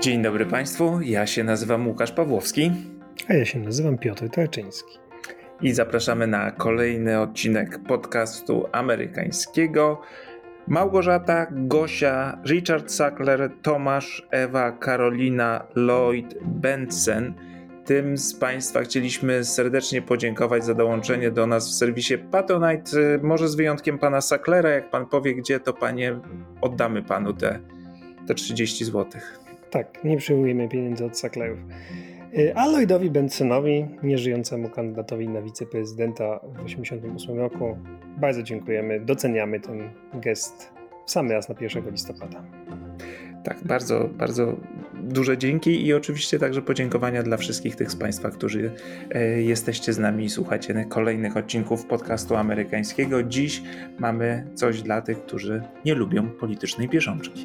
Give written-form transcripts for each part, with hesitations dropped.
Dzień dobry Państwu, ja się nazywam Łukasz Pawłowski. A ja się nazywam Piotr Tarczyński. I zapraszamy na kolejny odcinek podcastu amerykańskiego. Małgorzata, Gosia, Richard Sackler, Tomasz, Ewa, Karolina, Lloyd, Benson. Tym z Państwa chcieliśmy serdecznie podziękować za dołączenie do nas w serwisie Patronite. Może z wyjątkiem pana Sacklera, jak pan powie gdzie, to panie oddamy panu te 30 złotych. Tak, nie przyjmujemy pieniędzy od Sacklerów. A Lloydowi Bensonowi, nieżyjącemu kandydatowi na wiceprezydenta w 1988 roku, bardzo dziękujemy, doceniamy ten gest w sam raz na 1 listopada. Tak, bardzo, bardzo duże dzięki i oczywiście także podziękowania dla wszystkich tych z Państwa, którzy jesteście z nami i słuchacie kolejnych odcinków podcastu amerykańskiego. Dziś mamy coś dla tych, którzy nie lubią politycznej bieżączki.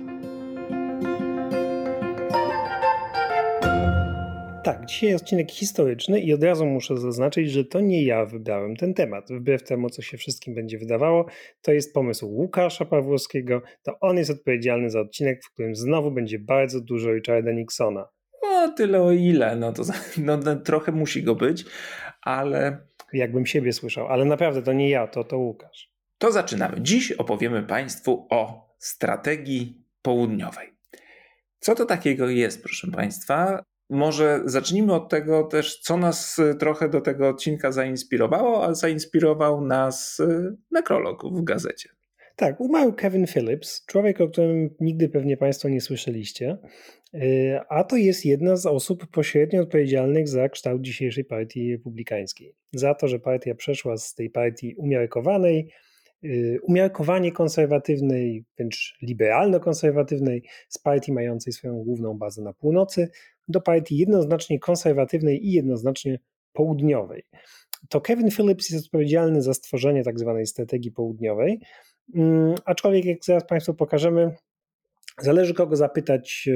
Tak, dzisiaj jest odcinek historyczny i od razu muszę zaznaczyć, że to nie ja wybrałem ten temat. Wbrew temu, co się wszystkim będzie wydawało, to jest pomysł Łukasza Pawłowskiego. To on jest odpowiedzialny za odcinek, w którym znowu będzie bardzo dużo Richarda Nixona. O tyle o ile, no trochę musi go być, ale... Jakbym siebie słyszał, ale naprawdę to nie ja, to Łukasz. To zaczynamy. Dziś opowiemy Państwu o strategii południowej. Co to takiego jest, proszę Państwa? Może zacznijmy od tego też, co nas trochę do tego odcinka zainspirowało, a zainspirował nas nekrolog w gazecie. Tak, umarł Kevin Phillips, człowiek, o którym nigdy pewnie Państwo nie słyszeliście, a to jest jedna z osób pośrednio odpowiedzialnych za kształt dzisiejszej partii republikańskiej. Za to, że partia przeszła z tej partii umiarkowanej, umiarkowanie konserwatywnej, wręcz liberalno-konserwatywnej, z partii mającej swoją główną bazę na północy, do partii jednoznacznie konserwatywnej i jednoznacznie południowej. To Kevin Phillips jest odpowiedzialny za stworzenie tak zwanej strategii południowej, aczkolwiek jak zaraz Państwu pokażemy, zależy kogo zapytać,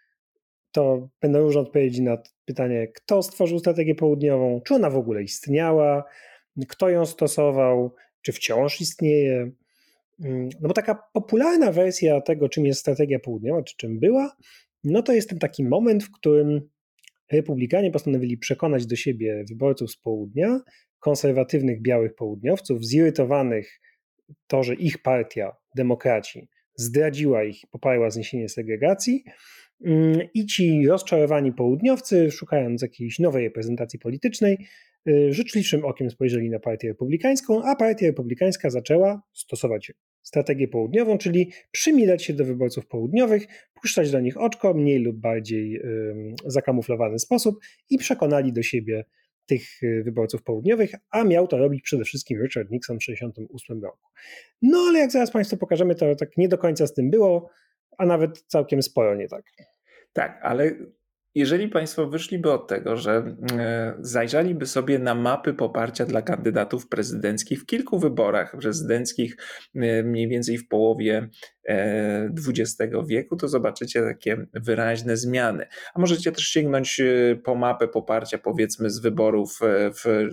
to będą różne odpowiedzi na pytanie, kto stworzył strategię południową, czy ona w ogóle istniała, kto ją stosował, czy wciąż istnieje. No bo taka popularna wersja tego, czym jest strategia południowa, czy czym była, no to jest ten taki moment, w którym republikanie postanowili przekonać do siebie wyborców z południa, konserwatywnych białych południowców, zirytowanych to, że ich partia, demokraci, zdradziła ich, poparła zniesienie segregacji i ci rozczarowani południowcy, szukając jakiejś nowej reprezentacji politycznej, życzliwszym okiem spojrzeli na partię republikańską, a partia republikańska zaczęła stosować strategię południową, czyli przymilać się do wyborców południowych, puszczać do nich oczko, mniej lub bardziej zakamuflowany sposób i przekonali do siebie tych wyborców południowych, a miał to robić przede wszystkim Richard Nixon w 1968 roku. No ale jak zaraz Państwu pokażemy, to tak nie do końca z tym było, a nawet całkiem sporo nie tak. Tak, ale jeżeli Państwo wyszliby od tego, że zajrzeliby sobie na mapy poparcia dla kandydatów prezydenckich w kilku wyborach prezydenckich mniej więcej w połowie XX wieku, to zobaczycie takie wyraźne zmiany. A możecie też sięgnąć po mapę poparcia powiedzmy z wyborów w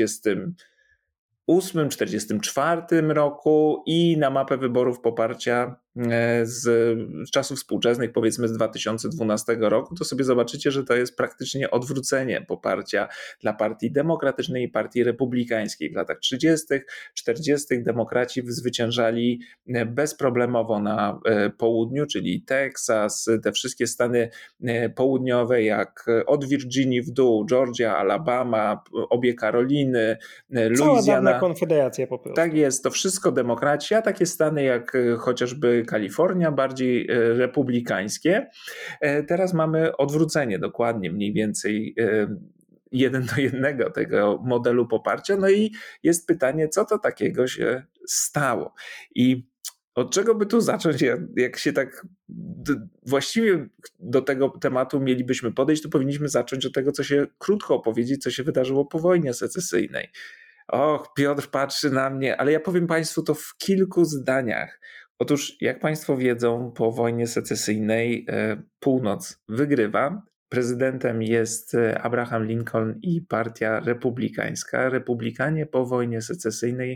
1948-1944 roku i na mapę wyborów poparcia z czasów współczesnych, powiedzmy z 2012 roku, to sobie zobaczycie, że to jest praktycznie odwrócenie poparcia dla partii demokratycznej i partii republikańskiej. W latach 30., 40. demokraci zwyciężali bezproblemowo na południu, czyli Teksas, te wszystkie stany południowe, jak od Virginii w dół, Georgia, Alabama, obie Karoliny, Cała dawna Luizjana. konfederacja po prostu. Tak jest, to wszystko demokraci, a takie stany jak chociażby Kalifornia, bardziej republikańskie. Teraz mamy odwrócenie dokładnie, mniej więcej 1:1 tego modelu poparcia. No i jest pytanie, co to takiego się stało? I od czego by tu zacząć? Jak się tak właściwie do tego tematu mielibyśmy podejść, to powinniśmy zacząć od tego, co się krótko opowiedzieć, co się wydarzyło po wojnie secesyjnej. Och, Piotr patrzy na mnie, ale ja powiem Państwu to w kilku zdaniach. Otóż, jak Państwo wiedzą, po wojnie secesyjnej północ wygrywa. Prezydentem jest Abraham Lincoln i partia republikańska. Republikanie po wojnie secesyjnej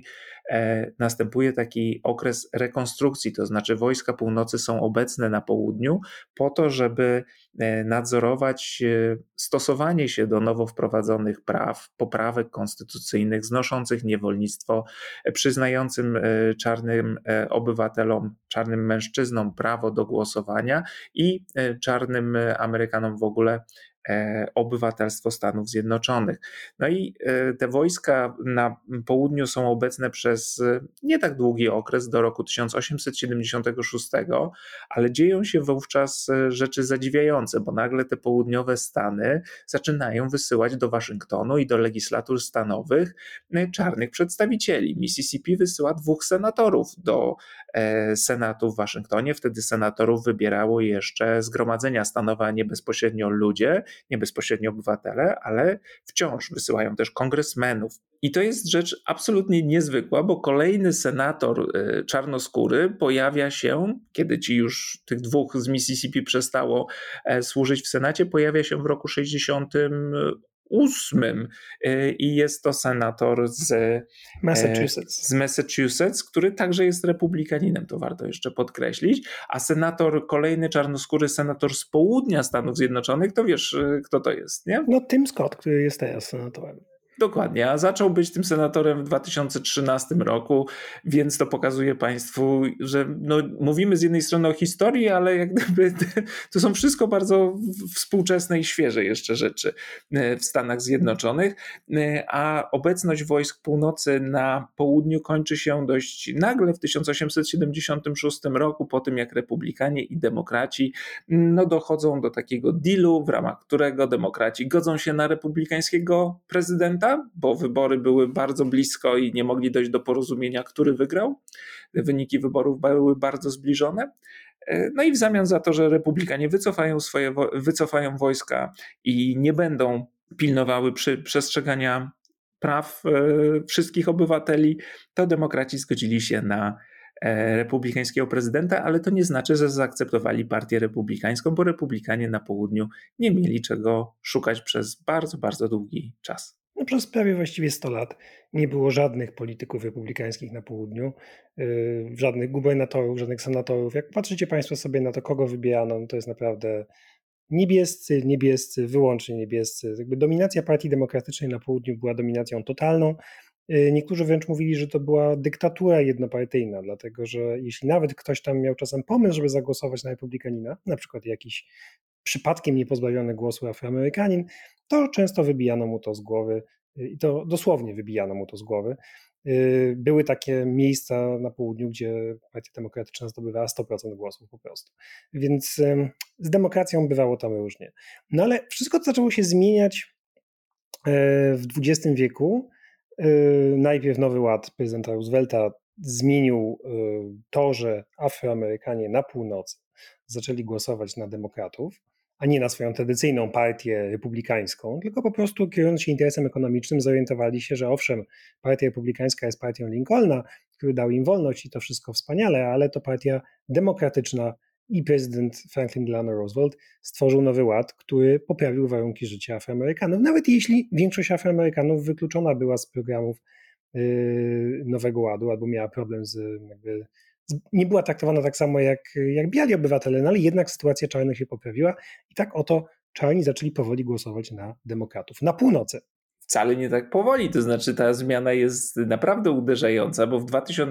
następuje taki okres rekonstrukcji, to znaczy wojska północy są obecne na południu po to, żeby nadzorować stosowanie się do nowo wprowadzonych praw, poprawek konstytucyjnych znoszących niewolnictwo, przyznającym czarnym obywatelom, czarnym mężczyznom prawo do głosowania i czarnym Amerykanom w ogóle obywatelstwo Stanów Zjednoczonych. No i te wojska na południu są obecne przez nie tak długi okres, do roku 1876, ale dzieją się wówczas rzeczy zadziwiające, bo nagle te południowe Stany zaczynają wysyłać do Waszyngtonu i do legislatur stanowych czarnych przedstawicieli. Mississippi wysyła 2 senatorów do Senatu w Waszyngtonie. Wtedy senatorów wybierało jeszcze zgromadzenia stanowe, a nie bezpośrednio ludzie, nie bezpośrednio obywatele, ale wciąż wysyłają też kongresmenów. I to jest rzecz absolutnie niezwykła, bo kolejny senator czarnoskóry pojawia się, kiedy ci już tych 2 z Mississippi przestało służyć w Senacie, pojawia się w roku 68 i jest to senator z Massachusetts, który także jest republikaninem, to warto jeszcze podkreślić, a kolejny czarnoskóry senator z południa Stanów Zjednoczonych, to wiesz, kto to jest, nie? No Tim Scott, który jest teraz senatorem. Dokładnie, a zaczął być tym senatorem w 2013 roku, więc to pokazuje Państwu, że mówimy z jednej strony o historii, ale jak gdyby to są wszystko bardzo współczesne i świeże jeszcze rzeczy w Stanach Zjednoczonych, a obecność wojsk północy na południu kończy się dość nagle w 1876 roku, po tym jak republikanie i demokraci dochodzą do takiego dealu, w ramach którego demokraci godzą się na republikańskiego prezydenta, bo wybory były bardzo blisko i nie mogli dojść do porozumienia, który wygrał. Wyniki wyborów były bardzo zbliżone. No i w zamian za to, że republikanie wycofają wojska i nie będą pilnowały przestrzegania praw wszystkich obywateli, to demokraci zgodzili się na republikańskiego prezydenta, ale to nie znaczy, że zaakceptowali partię republikańską, bo republikanie na południu nie mieli czego szukać przez bardzo, bardzo długi czas. Przez prawie właściwie 100 lat nie było żadnych polityków republikańskich na południu, żadnych gubernatorów, żadnych senatorów. Jak patrzycie Państwo sobie na to, kogo wybierano, to jest naprawdę niebiescy, wyłącznie niebiescy. Jakby dominacja Partii Demokratycznej na południu była dominacją totalną. Niektórzy wręcz mówili, że to była dyktatura jednopartyjna, dlatego że jeśli nawet ktoś tam miał czasem pomysł, żeby zagłosować na republikanina, na przykład jakiś przypadkiem niepozbawiony głosu Afroamerykanin, to często wybijano mu to z głowy i to dosłownie wybijano mu to z głowy. Były takie miejsca na południu, gdzie Partia Demokratyczna zdobywała 100% głosów po prostu. Więc z demokracją bywało tam różnie. No ale wszystko to zaczęło się zmieniać w XX wieku. Najpierw Nowy Ład prezydenta Roosevelta zmienił to, że Afroamerykanie na północy zaczęli głosować na demokratów, a nie na swoją tradycyjną partię republikańską, tylko po prostu kierując się interesem ekonomicznym zorientowali się, że owszem, partia republikańska jest partią Lincolna, który dał im wolność i to wszystko wspaniale, ale to partia demokratyczna i prezydent Franklin Delano Roosevelt stworzył Nowy Ład, który poprawił warunki życia Afroamerykanów, nawet jeśli większość Afroamerykanów wykluczona była z programów Nowego Ładu albo miała problem nie była traktowana tak samo jak biali obywatele, no ale jednak sytuacja czarnych się poprawiła i tak oto czarni zaczęli powoli głosować na demokratów na północy. Wcale nie tak powoli, to znaczy ta zmiana jest naprawdę uderzająca, bo w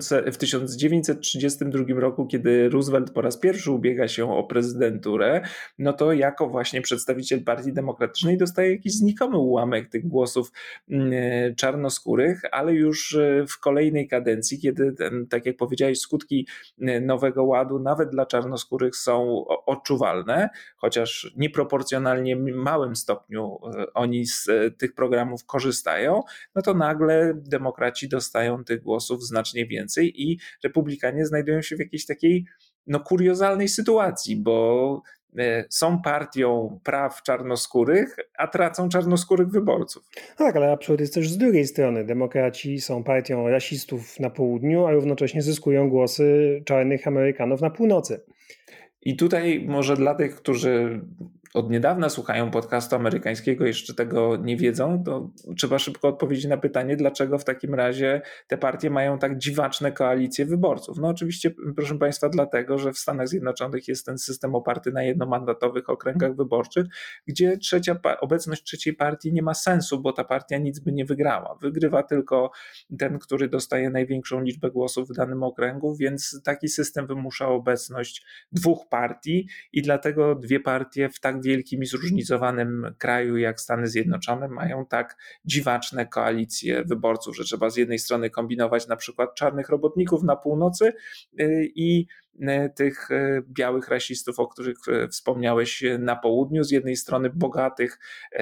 1932 roku, kiedy Roosevelt po raz pierwszy ubiega się o prezydenturę, no to jako właśnie przedstawiciel Partii Demokratycznej dostaje jakiś znikomy ułamek tych głosów czarnoskórych, ale już w kolejnej kadencji, kiedy tak jak powiedziałeś, skutki Nowego Ładu nawet dla czarnoskórych są odczuwalne, chociaż nieproporcjonalnie małym stopniu oni z tych programów korzystają, no to nagle demokraci dostają tych głosów znacznie więcej i republikanie znajdują się w jakiejś takiej kuriozalnej sytuacji, bo są partią praw czarnoskórych, a tracą czarnoskórych wyborców. Tak, ale absurd jest też z drugiej strony. Demokraci są partią rasistów na południu, a równocześnie zyskują głosy czarnych Amerykanów na północy. I tutaj może dla tych, którzy od niedawna słuchają podcastu amerykańskiego, jeszcze tego nie wiedzą, to trzeba szybko odpowiedzieć na pytanie, dlaczego w takim razie te partie mają tak dziwaczne koalicje wyborców. No oczywiście, proszę Państwa, dlatego, że w Stanach Zjednoczonych jest ten system oparty na jednomandatowych okręgach wyborczych, gdzie obecność trzeciej partii nie ma sensu, bo ta partia nic by nie wygrała. Wygrywa tylko ten, który dostaje największą liczbę głosów w danym okręgu, więc taki system wymusza obecność dwóch partii i dlatego dwie partie w tak wielkim i zróżnicowanym kraju jak Stany Zjednoczone mają tak dziwaczne koalicje wyborców, że trzeba z jednej strony kombinować na przykład czarnych robotników na północy i tych białych rasistów, o których wspomniałeś na południu, z jednej strony bogatych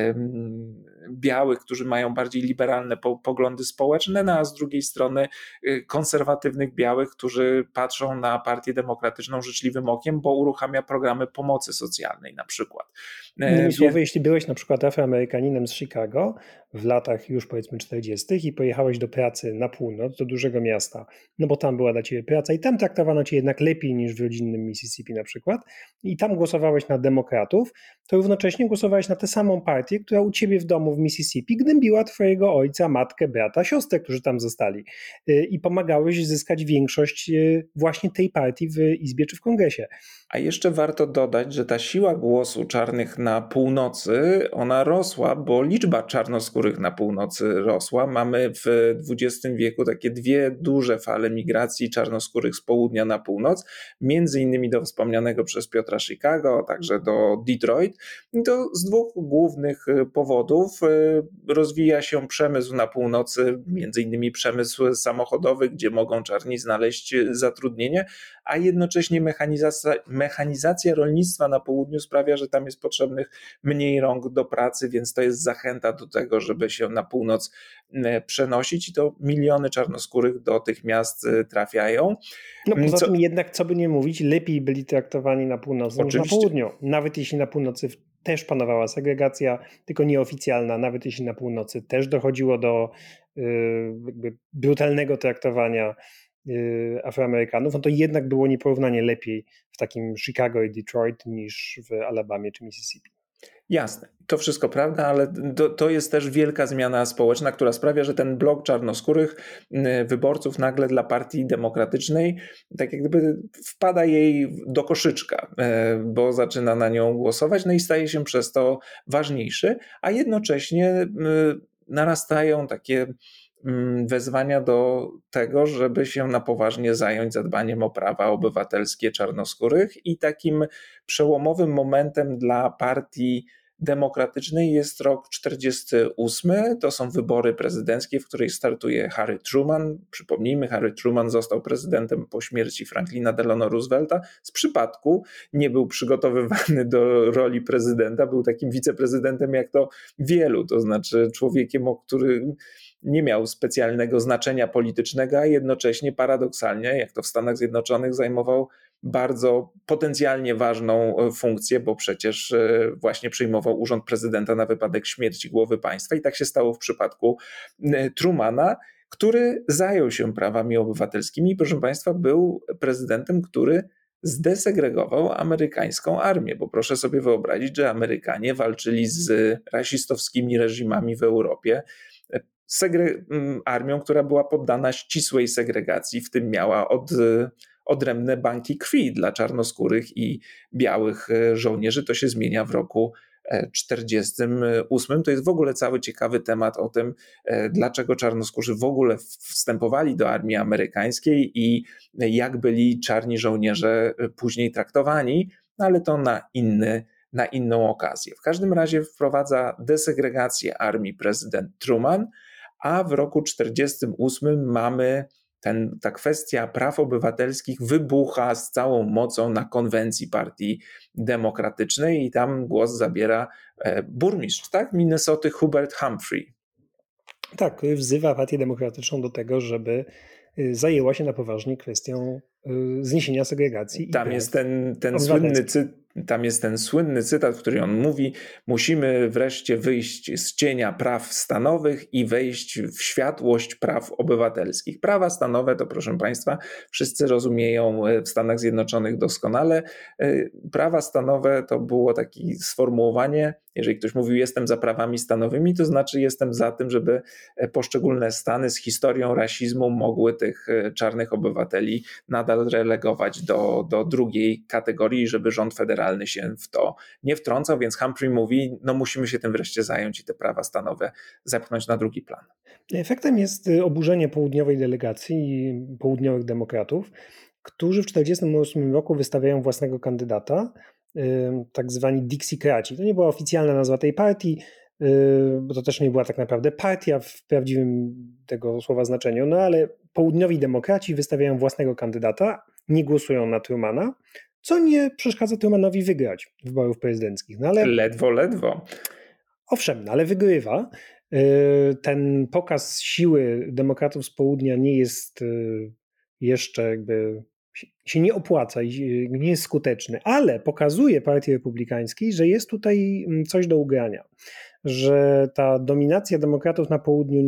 białych, którzy mają bardziej liberalne poglądy społeczne, no a z drugiej strony konserwatywnych białych, którzy patrzą na Partię Demokratyczną życzliwym okiem, bo uruchamia programy pomocy socjalnej na przykład. Innymi słowy, jeśli byłeś na przykład Afroamerykaninem z Chicago w latach już powiedzmy 40. i pojechałeś do pracy na północ, do dużego miasta, no bo tam była dla ciebie praca i tam traktowano cię jednak lepiej niż w rodzinnym Mississippi na przykład i tam głosowałeś na demokratów, to równocześnie głosowałeś na tę samą partię, która u ciebie w domu w Mississippi gnębiła twojego ojca, matkę, brata, siostrę, którzy tam zostali i pomagałeś zyskać większość właśnie tej partii w Izbie czy w Kongresie. A jeszcze warto dodać, że ta siła głosu czarnych na północy, ona rosła, bo liczba czarnoskórych na północy rosła. Mamy w XX wieku takie dwie duże fale migracji czarnoskórych z południa na północ, między innymi do wspomnianego przez Piotra Chicago, a także do Detroit. I to z dwóch głównych powodów. Rozwija się przemysł na północy, między innymi przemysł samochodowy, gdzie mogą czarni znaleźć zatrudnienie, a jednocześnie mechanizacja rolnictwa na południu sprawia, że tam jest potrzebnych mniej rąk do pracy, więc to jest zachęta do tego, żeby się na północ przenosić i to miliony czarnoskórych do tych miast trafiają. No poza tym jednak, co by nie mówić, lepiej byli traktowani na północy niż na południu. Nawet jeśli na północy też panowała segregacja, tylko nieoficjalna, nawet jeśli na północy też dochodziło do jakby brutalnego traktowania Afroamerykanów, no to jednak było nieporównanie lepiej w takim Chicago i Detroit niż w Alabamie czy Mississippi. Jasne, to wszystko prawda, ale to jest też wielka zmiana społeczna, która sprawia, że ten blok czarnoskórych wyborców nagle dla Partii Demokratycznej tak jak gdyby wpada jej do koszyczka, bo zaczyna na nią głosować, no i staje się przez to ważniejszy, a jednocześnie narastają takie wezwania do tego, żeby się na poważnie zająć zadbaniem o prawa obywatelskie czarnoskórych i takim przełomowym momentem dla Partii Demokratycznej jest rok 1948, to są wybory prezydenckie, w której startuje Harry Truman. Przypomnijmy, Harry Truman został prezydentem po śmierci Franklina Delano Roosevelta. Z przypadku nie był przygotowywany do roli prezydenta, był takim wiceprezydentem jak to wielu, to znaczy człowiekiem, który nie miał specjalnego znaczenia politycznego, a jednocześnie paradoksalnie, jak to w Stanach Zjednoczonych, zajmował bardzo potencjalnie ważną funkcję, bo przecież właśnie przyjmował urząd prezydenta na wypadek śmierci głowy państwa i tak się stało w przypadku Trumana, który zajął się prawami obywatelskimi i proszę Państwa był prezydentem, który zdesegregował amerykańską armię, bo proszę sobie wyobrazić, że Amerykanie walczyli z rasistowskimi reżimami w Europie, armią, która była poddana ścisłej segregacji, w tym miała odrębne banki krwi dla czarnoskórych i białych żołnierzy. To się zmienia w roku 1948. To jest w ogóle cały ciekawy temat o tym, dlaczego czarnoskórzy w ogóle wstępowali do armii amerykańskiej i jak byli czarni żołnierze później traktowani, ale to na inną okazję. W każdym razie wprowadza desegregację armii prezydent Truman, a w roku 1948 mamy ta kwestia praw obywatelskich wybucha z całą mocą na konwencji Partii Demokratycznej i tam głos zabiera burmistrz, tak? Minnesoty Hubert Humphrey. Tak, wzywa Partię Demokratyczną do tego, żeby zajęła się na poważnie kwestią zniesienia segregacji. Tam jest ten słynny Tam jest ten słynny cytat, w którym on mówi: musimy wreszcie wyjść z cienia praw stanowych i wejść w światłość praw obywatelskich. Prawa stanowe to, proszę Państwa, wszyscy rozumieją w Stanach Zjednoczonych doskonale. Prawa stanowe to było takie sformułowanie, jeżeli ktoś mówił jestem za prawami stanowymi, to znaczy jestem za tym, żeby poszczególne stany z historią rasizmu mogły tych czarnych obywateli nadal relegować do drugiej kategorii, żeby rząd federalny się w to nie wtrącał, więc Humphrey mówi, no musimy się tym wreszcie zająć i te prawa stanowe zepchnąć na drugi plan. Efektem jest oburzenie południowej delegacji i południowych demokratów, którzy w 1948 roku wystawiają własnego kandydata, tak zwani Dixiecraci. To nie była oficjalna nazwa tej partii, bo to też nie była tak naprawdę partia w prawdziwym tego słowa znaczeniu, no ale południowi demokraci wystawiają własnego kandydata, nie głosują na Trumana, co nie przeszkadza Trumanowi wygrać wyborów prezydenckich. No ale, ledwo. Owszem, no ale wygrywa. Ten pokaz siły demokratów z południa nie jest jeszcze jakby się nie opłaca i nie jest skuteczny, ale pokazuje Partii Republikańskiej, że jest tutaj coś do ugrania, że ta dominacja demokratów na południu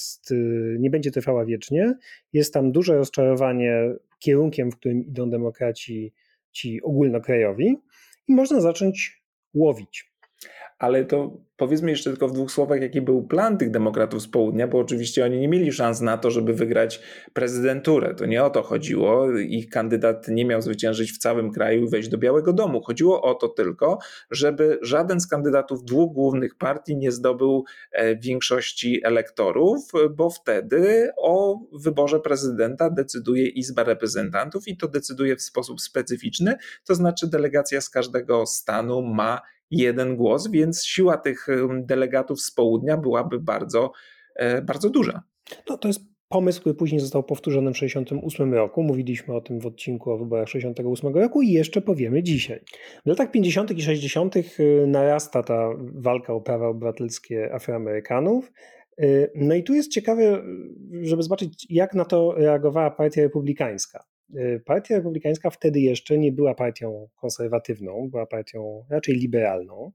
nie będzie trwała wiecznie, jest tam duże rozczarowanie kierunkiem, w którym idą demokraci, ci ogólnokrajowi i można zacząć łowić. Ale to powiedzmy jeszcze tylko w dwóch słowach, jaki był plan tych demokratów z południa, bo oczywiście oni nie mieli szans na to, żeby wygrać prezydenturę. To nie o to chodziło. Ich kandydat nie miał zwyciężyć w całym kraju i wejść do Białego Domu. Chodziło o to tylko, żeby żaden z kandydatów dwóch głównych partii nie zdobył większości elektorów, bo wtedy o wyborze prezydenta decyduje Izba Reprezentantów i to decyduje w sposób specyficzny, to znaczy delegacja z każdego stanu ma jeden głos, więc siła tych delegatów z południa byłaby bardzo, bardzo duża. No, to jest pomysł, który później został powtórzony w 1968 roku. Mówiliśmy o tym w odcinku o wyborach 1968 roku i jeszcze powiemy dzisiaj. W latach 50. i 60. narasta ta walka o prawa obywatelskie Afroamerykanów. No i tu jest ciekawe, żeby zobaczyć, jak na to reagowała Partia Republikańska. Partia Republikańska wtedy jeszcze nie była partią konserwatywną, była partią raczej liberalną.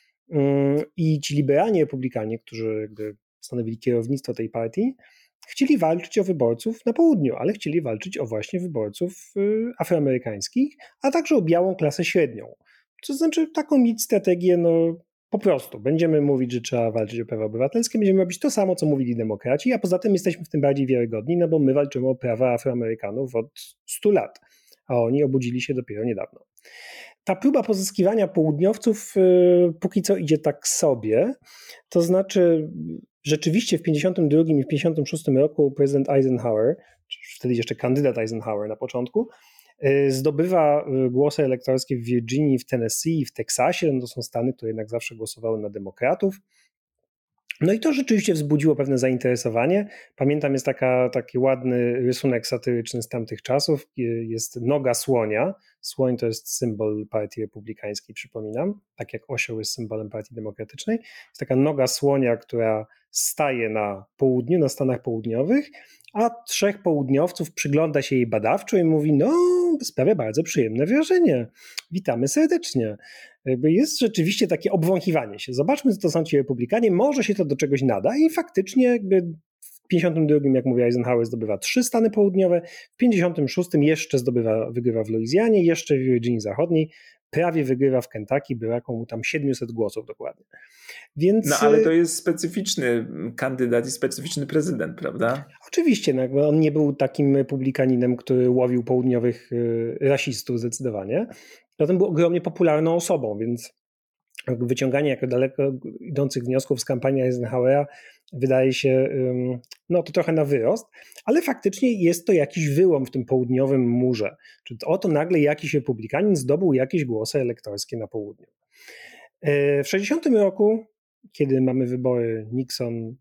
I ci liberalni republikanie, którzy jakby stanowili kierownictwo tej partii, chcieli walczyć o wyborców na południu, ale chcieli walczyć o właśnie wyborców afroamerykańskich, a także o białą klasę średnią. To znaczy taką mieć strategię, no po prostu. Będziemy mówić, że trzeba walczyć o prawa obywatelskie, będziemy robić to samo, co mówili demokraci, a poza tym jesteśmy w tym bardziej wiarygodni, no bo my walczymy o prawa Afroamerykanów od 100 lat, a oni obudzili się dopiero niedawno. Ta próba pozyskiwania południowców póki co idzie tak sobie, to znaczy rzeczywiście w 1952 i w 1956 roku prezydent Eisenhower, czy wtedy jeszcze kandydat Eisenhower na początku, zdobywa głosy elektorskie w Virginii, w Tennessee i w Teksasie. No to są stany, które jednak zawsze głosowały na demokratów. No i to rzeczywiście wzbudziło pewne zainteresowanie. Pamiętam, jest taki ładny rysunek satyryczny z tamtych czasów. Jest noga słonia. Słoń to jest symbol Partii Republikańskiej, przypominam. Tak jak osioł jest symbolem Partii Demokratycznej. Jest taka noga słonia, która staje na południu, na Stanach Południowych, a trzech południowców przygląda się jej badawczo i mówi, no sprawia bardzo przyjemne wrażenie. Witamy serdecznie. Jest rzeczywiście takie obwąchiwanie się. Zobaczmy, co to są ci republikanie, może się to do czegoś nada i faktycznie jakby w 52, jak mówię, Eisenhower zdobywa 3 stany południowe, w 56 jeszcze wygrywa w Luizjanie, jeszcze w Virginii Zachodniej, prawie wygrywa w Kentucky, brakło mu tam 700 głosów dokładnie. Więc, no ale to jest specyficzny kandydat i specyficzny prezydent, prawda? Oczywiście, no jakby on nie był takim republikaninem, który łowił południowych rasistów zdecydowanie. Zatem był ogromnie popularną osobą, więc wyciąganie jako daleko idących wniosków z kampanii Eisenhowera wydaje się no to trochę na wyrost, ale faktycznie jest to jakiś wyłom w tym południowym murze. Czy to oto nagle jakiś republikanin zdobył jakieś głosy elektorskie na południu. W 60 roku, kiedy mamy wybory Nixon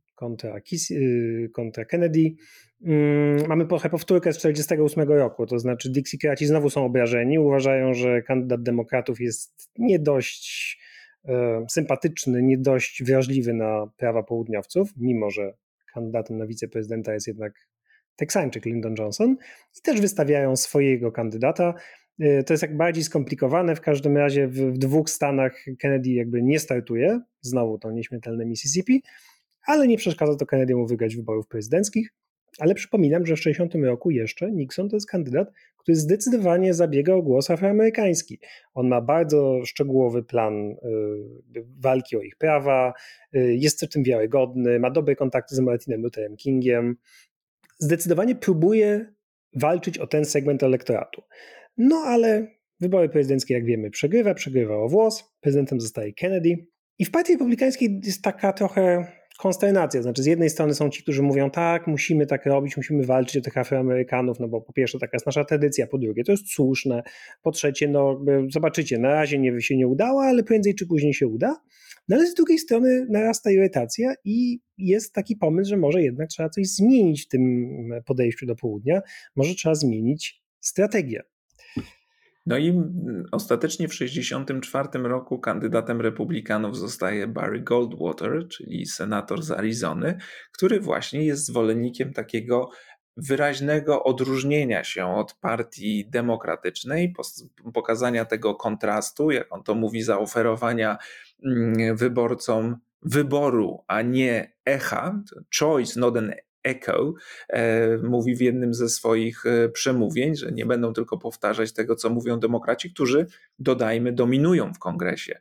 kontra Kennedy, mamy trochę powtórkę z 1948 roku, to znaczy Dixiecraci znowu są obrażeni, uważają, że kandydat demokratów jest nie dość sympatyczny, nie dość wrażliwy na prawa południowców, mimo że kandydatem na wiceprezydenta jest jednak Teksańczyk Lyndon Johnson i też wystawiają swojego kandydata. To jest jak bardziej skomplikowane, w każdym razie w 2 stanach Kennedy jakby nie startuje, znowu to nieśmiertelne Mississippi, ale nie przeszkadza to Kennedy'emu wygrać wyborów prezydenckich. Ale przypominam, że w 1960 roku jeszcze Nixon to jest kandydat, który zdecydowanie zabiega o głos afroamerykański. On ma bardzo szczegółowy plan walki o ich prawa, jest w tym wiarygodny, ma dobre kontakty z Martinem Lutherem Kingiem. Zdecydowanie próbuje walczyć o ten segment elektoratu. No ale wybory prezydenckie, jak wiemy, przegrywa o włos, prezydentem zostaje Kennedy. I w partii republikańskiej jest taka trochę konsternacja, znaczy z jednej strony są ci, którzy mówią tak, musimy tak robić, musimy walczyć o tych Afroamerykanów, no bo po pierwsze taka jest nasza tradycja, po drugie to jest słuszne, po trzecie no zobaczycie, na razie się nie udało, ale prędzej czy później się uda. No ale z drugiej strony narasta irytacja i jest taki pomysł, że może jednak trzeba coś zmienić w tym podejściu do południa, może trzeba zmienić strategię. No i ostatecznie w 1964 roku kandydatem republikanów zostaje Barry Goldwater, czyli senator z Arizony, który właśnie jest zwolennikiem takiego wyraźnego odróżnienia się od partii demokratycznej, pokazania tego kontrastu, jak on to mówi, zaoferowania wyborcom wyboru, a nie echa, choice, not an echo, mówi w jednym ze swoich przemówień, że nie będą tylko powtarzać tego, co mówią demokraci, którzy, dodajmy, dominują w kongresie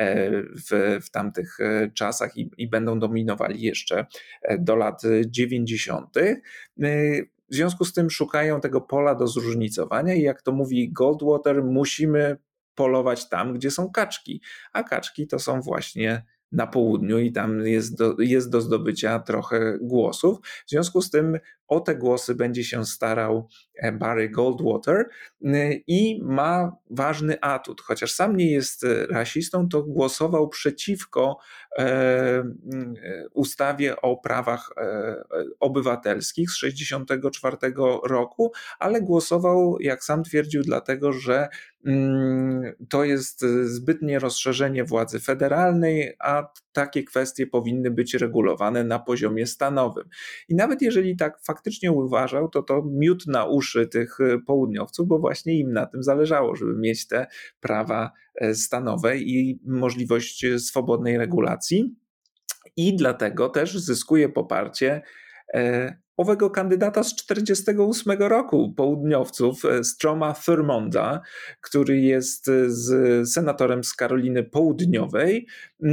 w tamtych czasach i będą dominowali jeszcze do lat 90. W związku z tym szukają tego pola do zróżnicowania i jak to mówi Goldwater, musimy polować tam, gdzie są kaczki, a kaczki to są właśnie na południu i tam jest do zdobycia trochę głosów. W związku z tym o te głosy będzie się starał Barry Goldwater i ma ważny atut. Chociaż sam nie jest rasistą, to głosował przeciwko ustawie o prawach obywatelskich z 1964 roku, ale głosował, jak sam twierdził, dlatego, że to jest zbytnie rozszerzenie władzy federalnej, a takie kwestie powinny być regulowane na poziomie stanowym. I nawet jeżeli tak faktycznie uważał, to miód na uszy tych południowców, bo właśnie im na tym zależało, żeby mieć te prawa stanowe i możliwość swobodnej regulacji. I dlatego też zyskuje poparcie owego kandydata z 1948 roku, południowców, Stroma Thurmonda, który jest senatorem z Karoliny Południowej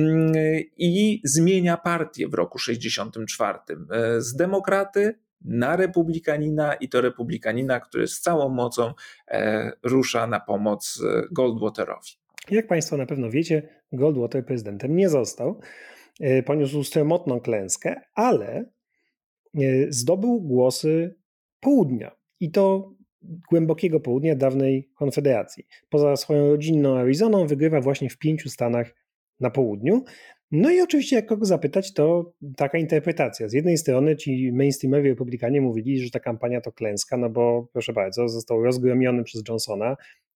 i zmienia partię w roku 1964 z demokraty na republikanina i to republikanina, który z całą mocą rusza na pomoc Goldwaterowi. Jak Państwo na pewno wiecie, Goldwater prezydentem nie został. Poniósł sromotną klęskę, ale zdobył głosy południa i to głębokiego południa dawnej Konfederacji. Poza swoją rodzinną Arizoną wygrywa właśnie w 5 stanach na południu. No i oczywiście jak kogo zapytać, to taka interpretacja. Z jednej strony ci mainstreamowi republikanie mówili, że ta kampania to klęska, no bo proszę bardzo, został rozgromiony przez Johnsona,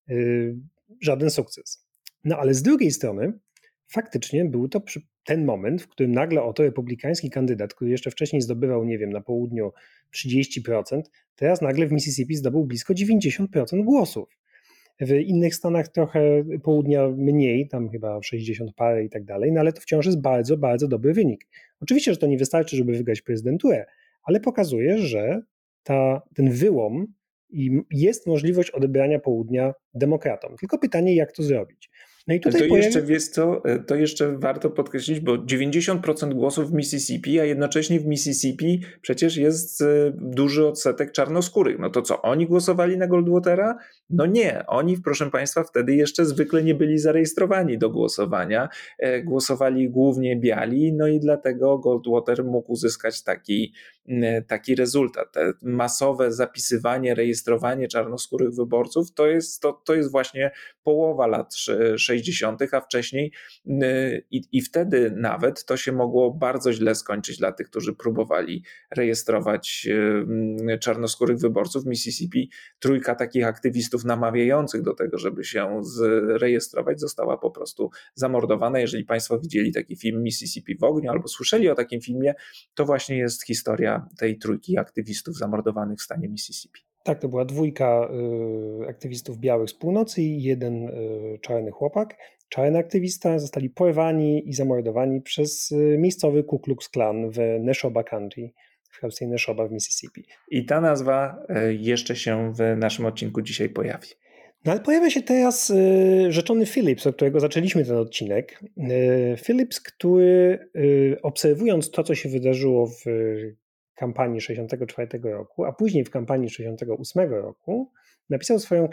żaden sukces. No ale z drugiej strony faktycznie był to ten moment, w którym nagle oto republikański kandydat, który jeszcze wcześniej zdobywał, nie wiem, na południu 30%, teraz nagle w Mississippi zdobył blisko 90% głosów. W innych stanach trochę południa mniej, tam chyba 60 parę i tak dalej, no ale to wciąż jest bardzo, bardzo dobry wynik. Oczywiście, że to nie wystarczy, żeby wygrać prezydenturę, ale pokazuje, że ten wyłom i jest możliwość odebrania południa demokratom. Tylko pytanie, jak to zrobić. No i tutaj to jeszcze warto podkreślić, bo 90% głosów w Mississippi, a jednocześnie w Mississippi przecież jest duży odsetek czarnoskórych. No to co, oni głosowali na Goldwatera? No nie, oni, proszę Państwa, wtedy jeszcze zwykle nie byli zarejestrowani do głosowania. Głosowali głównie biali, no i dlatego Goldwater mógł uzyskać taki rezultat. Masowe zapisywanie, rejestrowanie czarnoskórych wyborców to jest właśnie połowa lat 60., a wcześniej i wtedy nawet to się mogło bardzo źle skończyć dla tych, którzy próbowali rejestrować czarnoskórych wyborców. W Mississippi 3 takich aktywistów namawiających do tego, żeby się zrejestrować, została po prostu zamordowana. Jeżeli Państwo widzieli taki film Mississippi w ogniu albo słyszeli o takim filmie, to właśnie jest historia tej 3 aktywistów zamordowanych w stanie Mississippi. Tak, to była dwójka aktywistów białych z północy i jeden czarny chłopak. Czarny aktywista zostali porwani i zamordowani przez miejscowy Ku Klux Klan w Neshoba County, w hrabstwie Neshoba w Mississippi. I ta nazwa jeszcze się w naszym odcinku dzisiaj pojawi. No ale pojawia się teraz rzeczony Phillips, od którego zaczęliśmy ten odcinek. Phillips, który obserwując to, co się wydarzyło w kampanii 1964 roku, a później w kampanii 1968 roku, napisał swoją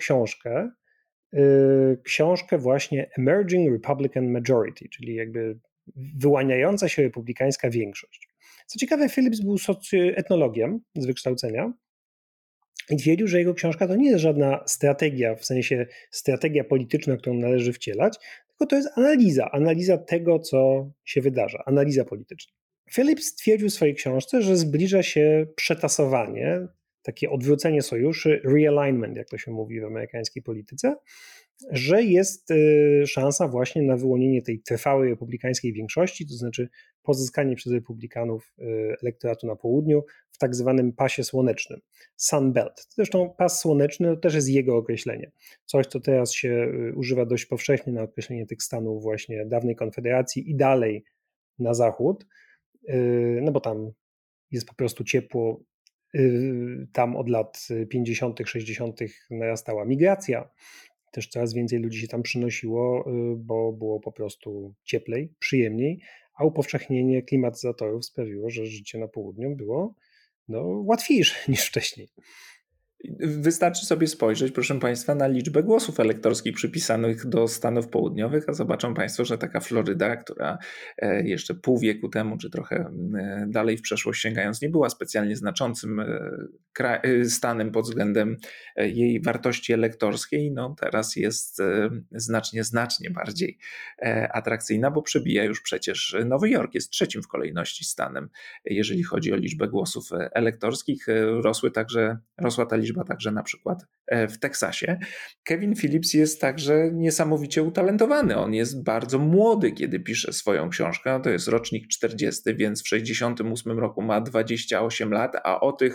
książkę właśnie Emerging Republican Majority, czyli jakby wyłaniająca się republikańska większość. Co ciekawe, Phillips był etnologiem z wykształcenia i twierdził, że jego książka to nie jest żadna strategia, w sensie strategia polityczna, którą należy wcielać, tylko to jest analiza tego, co się wydarza, analiza polityczna. Phillips stwierdził w swojej książce, że zbliża się przetasowanie, takie odwrócenie sojuszy, realignment, jak to się mówi w amerykańskiej polityce, że jest szansa właśnie na wyłonienie tej trwałej republikańskiej większości, to znaczy pozyskanie przez republikanów elektoratu na południu w tak zwanym pasie słonecznym, Sun Belt. Zresztą pas słoneczny to też jest jego określenie. Coś, co teraz się używa dość powszechnie na określenie tych stanów właśnie dawnej Konfederacji i dalej na zachód, no bo tam jest po prostu ciepło, tam od lat 50., 60. narastała migracja. Też coraz więcej ludzi się tam przynosiło, bo było po prostu cieplej, przyjemniej, a upowszechnienie klimatyzatorów sprawiło, że życie na południu było łatwiejsze niż wcześniej. Wystarczy sobie spojrzeć, proszę Państwa, na liczbę głosów elektorskich przypisanych do Stanów Południowych, a zobaczą Państwo, że taka Floryda, która jeszcze pół wieku temu, czy trochę dalej w przeszłość sięgając, nie była specjalnie znaczącym stanem pod względem jej wartości elektorskiej, no teraz jest znacznie bardziej atrakcyjna, bo przebija już przecież Nowy Jork, jest trzecim w kolejności stanem, jeżeli chodzi o liczbę głosów elektorskich. Rosła ta liczba także na przykład w Teksasie. Kevin Phillips jest także niesamowicie utalentowany. On jest bardzo młody, kiedy pisze swoją książkę. To jest rocznik 40, więc w 68 roku ma 28 lat, a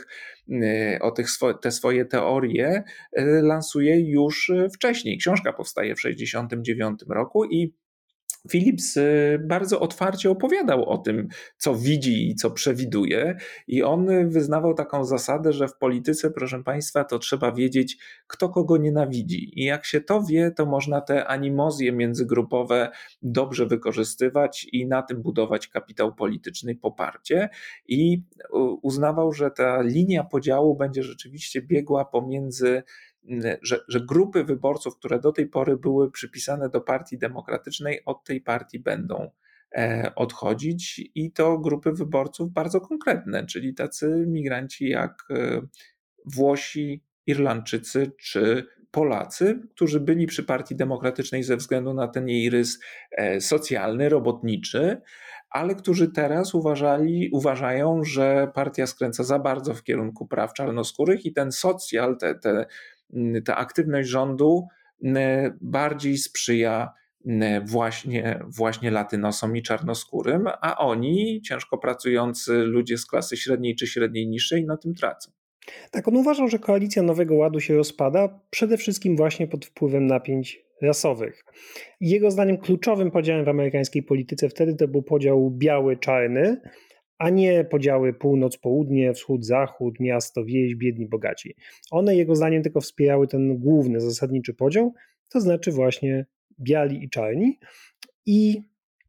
te swoje teorie lansuje już wcześniej. Książka powstaje w 69 roku i Phillips bardzo otwarcie opowiadał o tym, co widzi i co przewiduje, i on wyznawał taką zasadę, że w polityce, proszę Państwa, to trzeba wiedzieć, kto kogo nienawidzi. I jak się to wie, to można te animozje międzygrupowe dobrze wykorzystywać i na tym budować kapitał polityczny, poparcie. I uznawał, że ta linia podziału będzie rzeczywiście biegła pomiędzy że grupy wyborców, które do tej pory były przypisane do Partii Demokratycznej, od tej partii będą odchodzić, i to grupy wyborców bardzo konkretne, czyli tacy migranci jak Włosi, Irlandczycy czy Polacy, którzy byli przy Partii Demokratycznej ze względu na ten jej rys socjalny, robotniczy, ale którzy teraz uważają, że partia skręca za bardzo w kierunku praw czarnoskórych i ten socjal, ta aktywność rządu bardziej sprzyja właśnie latynosom i czarnoskórym, a oni, ciężko pracujący ludzie z klasy średniej czy średniej niższej, na tym tracą. Tak, on uważał, że koalicja Nowego Ładu się rozpada przede wszystkim właśnie pod wpływem napięć rasowych. Jego zdaniem kluczowym podziałem w amerykańskiej polityce wtedy to był podział biały-czarny, a nie podziały północ-południe, wschód-zachód, miasto-wieś, biedni-bogaci. One jego zdaniem tylko wspierały ten główny, zasadniczy podział, to znaczy właśnie biali i czarni. I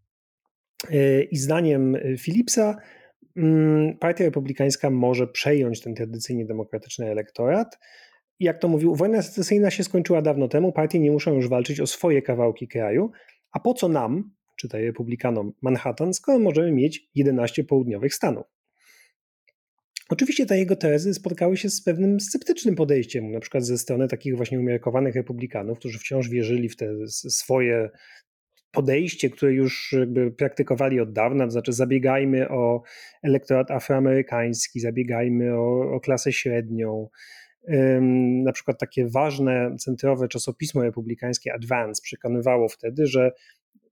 zdaniem Phillipsa Partia Republikańska może przejąć ten tradycyjnie demokratyczny elektorat. I jak to mówił, wojna secesyjna się skończyła dawno temu, partie nie muszą już walczyć o swoje kawałki kraju, a po co nam, czytaj Republikanom, Manhattan, skoro możemy mieć 11 południowych stanów? Oczywiście te jego tezy spotkały się z pewnym sceptycznym podejściem, na przykład ze strony takich właśnie umiarkowanych republikanów, którzy wciąż wierzyli w te swoje podejście, które już jakby praktykowali od dawna, to znaczy zabiegajmy o elektorat afroamerykański, zabiegajmy o klasę średnią. Na przykład takie ważne, centrowe czasopismo republikańskie Advance przekonywało wtedy, że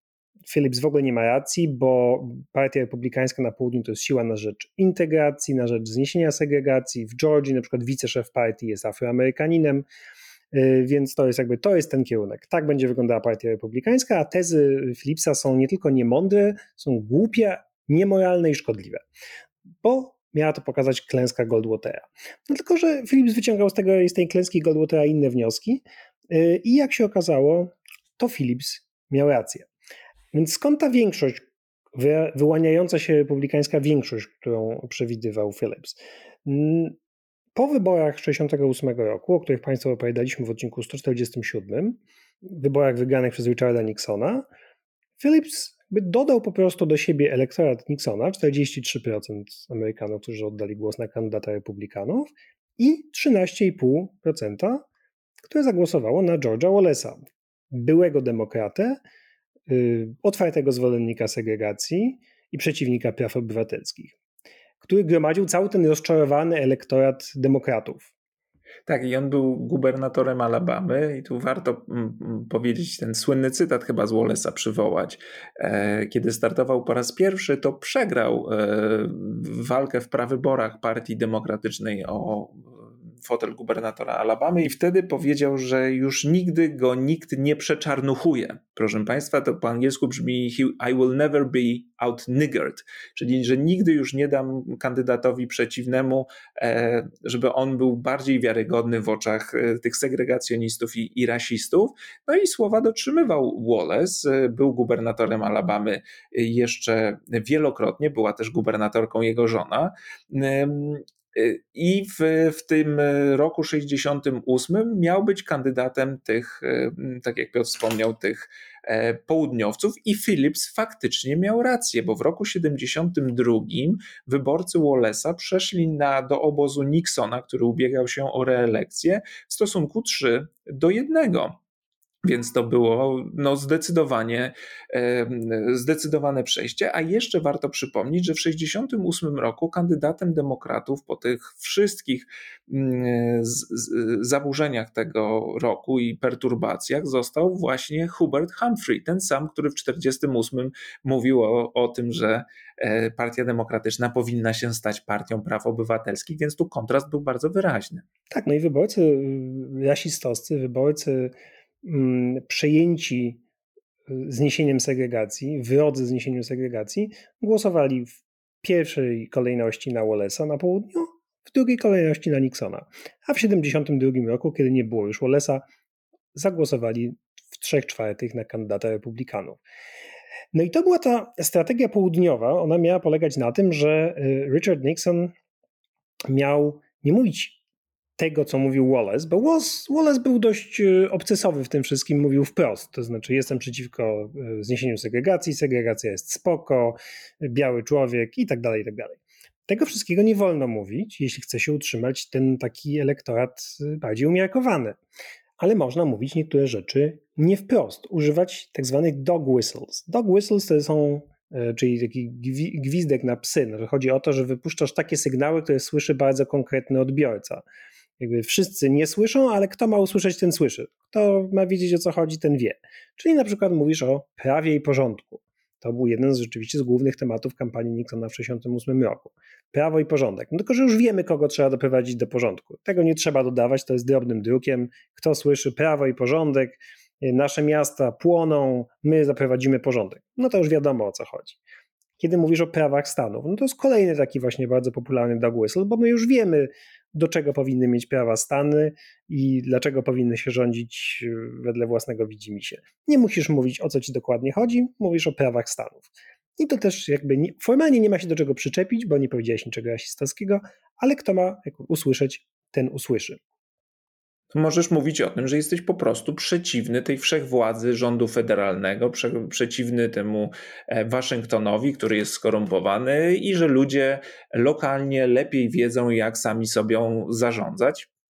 Phillips w ogóle nie ma racji, bo Partia Republikańska na południu to jest siła na rzecz integracji, na rzecz zniesienia segregacji. W Georgii na przykład wiceszef partii jest Afroamerykaninem, więc to jest ten kierunek. Tak będzie wyglądała Partia Republikańska, a tezy Phillipsa są nie tylko niemądre, są głupie, niemoralne i szkodliwe. Bo miała to pokazać klęska Goldwatera. No tylko, że Phillips wyciągał z tej klęski Goldwatera inne wnioski i jak się okazało, to Phillips miał rację. Więc skąd ta większość, wyłaniająca się republikańska większość, którą przewidywał Phillips? Po wyborach 1968 roku, o których Państwu opowiadaliśmy w odcinku 147, wyborach wygranych przez Richarda Nixona, Phillips dodał po prostu do siebie elektorat Nixona, 43% Amerykanów, którzy oddali głos na kandydata republikanów i 13,5%, które zagłosowało na George'a Wallace'a, byłego demokratę, otwartego zwolennika segregacji i przeciwnika praw obywatelskich, który gromadził cały ten rozczarowany elektorat demokratów. Tak, i on był gubernatorem Alabamy i tu warto powiedzieć ten słynny cytat chyba z Wallace'a przywołać. Kiedy startował po raz pierwszy, to przegrał walkę w prawyborach Partii Demokratycznej o fotel gubernatora Alabamy i wtedy powiedział, że już nigdy go nikt nie przeczarnuchuje. Proszę Państwa, to po angielsku brzmi I will never be outniggered, czyli że nigdy już nie dam kandydatowi przeciwnemu, żeby on był bardziej wiarygodny w oczach tych segregacjonistów i rasistów. No i słowa dotrzymywał Wallace, był gubernatorem Alabamy jeszcze wielokrotnie, była też gubernatorką jego żona. I w tym roku 68 miał być kandydatem tych, tak jak Piotr wspomniał, tych południowców i Phillips faktycznie miał rację, bo w roku 72 wyborcy Wallace'a przeszli do obozu Nixona, który ubiegał się o reelekcję w stosunku 3-1. Więc to było zdecydowane przejście, a jeszcze warto przypomnieć, że w 1968 roku kandydatem demokratów po tych wszystkich zaburzeniach tego roku i perturbacjach został właśnie Hubert Humphrey, ten sam, który w 1948 mówił o tym, że Partia Demokratyczna powinna się stać partią praw obywatelskich, więc tu kontrast był bardzo wyraźny. Tak, no i wyborcy rasistowscy, wyborcy przejęci zniesieniem segregacji, wrodzy zniesieniu segregacji, głosowali w pierwszej kolejności na Wallace'a na południu, w drugiej kolejności na Nixona. A w 1972 roku, kiedy nie było już Wallace'a, zagłosowali w 3/4 na kandydata republikanów. No i to była ta strategia południowa. Ona miała polegać na tym, że Richard Nixon miał nie mówić tego, co mówił Wallace, bo Wallace był dość obcesowy w tym wszystkim, mówił wprost, to znaczy jestem przeciwko zniesieniu segregacji, segregacja jest spoko, biały człowiek i tak dalej, i tak dalej. Tego wszystkiego nie wolno mówić, jeśli chce się utrzymać ten taki elektorat bardziej umiarkowany. Ale można mówić niektóre rzeczy nie wprost, używać tak zwanych dog whistles. Dog whistles to są, czyli taki gwizdek na psy. No, chodzi o to, że wypuszczasz takie sygnały, które słyszy bardzo konkretny odbiorca. Jakby wszyscy nie słyszą, ale kto ma usłyszeć, ten słyszy. Kto ma wiedzieć, o co chodzi, ten wie. Czyli na przykład mówisz o prawie i porządku. To był jeden rzeczywiście z głównych tematów kampanii Nixona w 1968 roku. Prawo i porządek. No tylko, że już wiemy, kogo trzeba doprowadzić do porządku. Tego nie trzeba dodawać, to jest drobnym drukiem. Kto słyszy prawo i porządek, nasze miasta płoną, my zaprowadzimy porządek. No to już wiadomo, o co chodzi. Kiedy mówisz o prawach stanów, no to jest kolejny taki właśnie bardzo popularny dog whistle, bo my już wiemy, do czego powinny mieć prawa stany i dlaczego powinny się rządzić wedle własnego widzimisię. Nie musisz mówić, o co ci dokładnie chodzi, mówisz o prawach stanów. I to też jakby formalnie nie ma się do czego przyczepić, bo nie powiedziałeś niczego rasistowskiego, ale kto ma usłyszeć, ten usłyszy. Możesz mówić o tym, że jesteś po prostu przeciwny tej wszechwładzy rządu federalnego, przeciwny temu Waszyngtonowi, który jest skorumpowany i że ludzie lokalnie lepiej wiedzą, jak sami sobą zarządzać.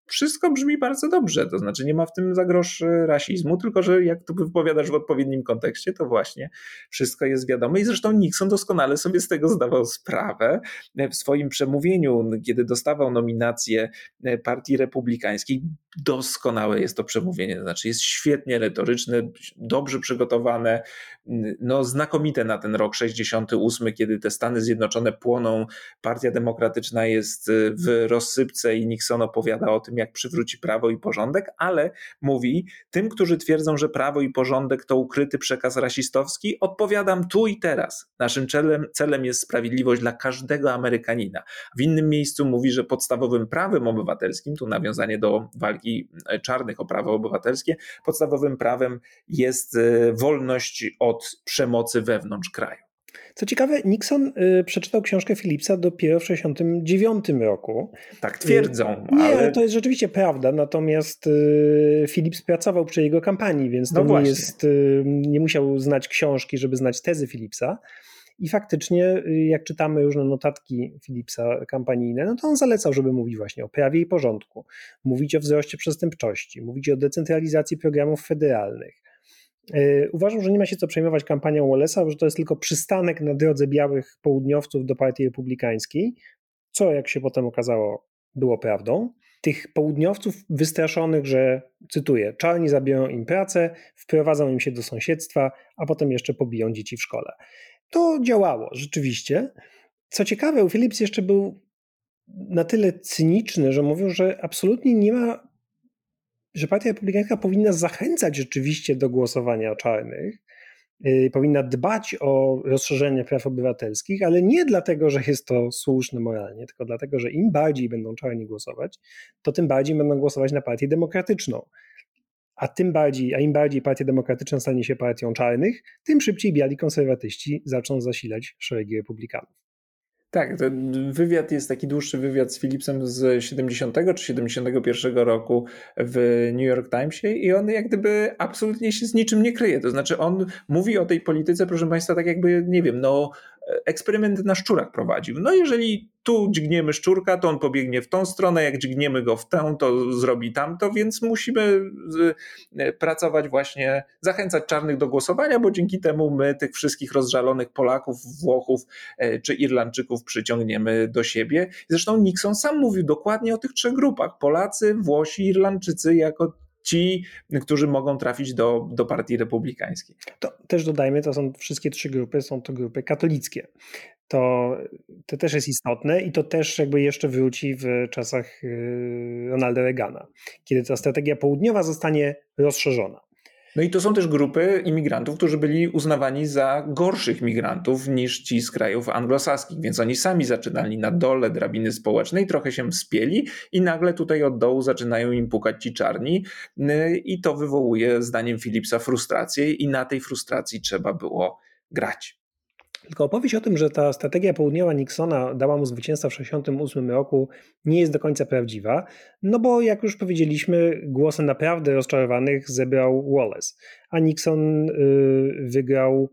wszystko brzmi bardzo dobrze, to znaczy nie ma w tym za grosz rasizmu, tylko że jak tu wypowiadasz w odpowiednim kontekście, to właśnie wszystko jest wiadome i zresztą Nixon doskonale sobie z tego zdawał sprawę w swoim przemówieniu, kiedy dostawał nominację Partii Republikańskiej. Doskonałe jest to przemówienie, to znaczy jest świetnie retoryczne, dobrze przygotowane, no znakomite na ten rok 68, kiedy te Stany Zjednoczone płoną, Partia Demokratyczna jest w rozsypce i Nixon opowiada o tym, jak przywróci prawo i porządek, ale mówi, tym, którzy twierdzą, że prawo i porządek to ukryty przekaz rasistowski, odpowiadam tu i teraz. Naszym celem jest sprawiedliwość dla każdego Amerykanina. W innym miejscu mówi, że podstawowym prawem obywatelskim, tu nawiązanie do walki czarnych o prawo obywatelskie, podstawowym prawem jest wolność od przemocy wewnątrz kraju. Co ciekawe, Nixon przeczytał książkę Phillipsa dopiero w 1969 roku. Tak twierdzą, Nie, ale to jest rzeczywiście prawda, natomiast Phillips pracował przy jego kampanii, więc to nie musiał znać książki, żeby znać tezy Phillipsa. I faktycznie, jak czytamy różne notatki Phillipsa kampanijne, no to on zalecał, żeby mówić właśnie o prawie i porządku, mówić o wzroście przestępczości, mówić o decentralizacji programów federalnych. Uważam, że nie ma się co przejmować kampanią Wallace'a, że to jest tylko przystanek na drodze białych południowców do Partii Republikańskiej, co jak się potem okazało było prawdą. Tych południowców wystraszonych, że, cytuję, czarni zabiorą im pracę, wprowadzą im się do sąsiedztwa, a potem jeszcze pobiją dzieci w szkole. To działało rzeczywiście. Co ciekawe, Phillips jeszcze był na tyle cyniczny, że mówił, że absolutnie nie ma, że Partia Republikańska powinna zachęcać rzeczywiście do głosowania czarnych, powinna dbać o rozszerzenie praw obywatelskich, ale nie dlatego, że jest to słuszne moralnie, tylko dlatego, że im bardziej będą czarni głosować, to tym bardziej będą głosować na Partię Demokratyczną. Im bardziej Partia Demokratyczna stanie się partią czarnych, tym szybciej biali konserwatyści zaczną zasilać szeregi republikanów. Tak, ten wywiad jest taki dłuższy wywiad z Phillipsem z 70 czy 71 roku w New York Timesie i on jak gdyby absolutnie się z niczym nie kryje. To znaczy on mówi o tej polityce, proszę Państwa, tak jakby, nie wiem, eksperyment na szczurach prowadził. No jeżeli tu dźgniemy szczurka, to on pobiegnie w tą stronę, jak dźgniemy go w tę, to zrobi tamto, więc musimy pracować właśnie, zachęcać czarnych do głosowania, bo dzięki temu my tych wszystkich rozżalonych Polaków, Włochów czy Irlandczyków przyciągniemy do siebie. Zresztą Nixon sam mówił dokładnie o tych trzech grupach. Polacy, Włosi, Irlandczycy jako ci, którzy mogą trafić do Partii Republikańskiej. To też dodajmy, to są wszystkie trzy grupy, są to grupy katolickie. To też jest istotne i to też jakby jeszcze wróci w czasach Ronalda Reagana, kiedy ta strategia południowa zostanie rozszerzona. No i to są też grupy imigrantów, którzy byli uznawani za gorszych migrantów niż ci z krajów anglosaskich, więc oni sami zaczynali na dole drabiny społecznej, trochę się wspięli i nagle tutaj od dołu zaczynają im pukać ci czarni i to wywołuje zdaniem Phillipsa frustrację i na tej frustracji trzeba było grać. Tylko opowieść o tym, że ta strategia południowa Nixona dała mu zwycięstwa w 1968 roku nie jest do końca prawdziwa, no bo jak już powiedzieliśmy, głosy naprawdę rozczarowanych zebrał Wallace, a Nixon wygrał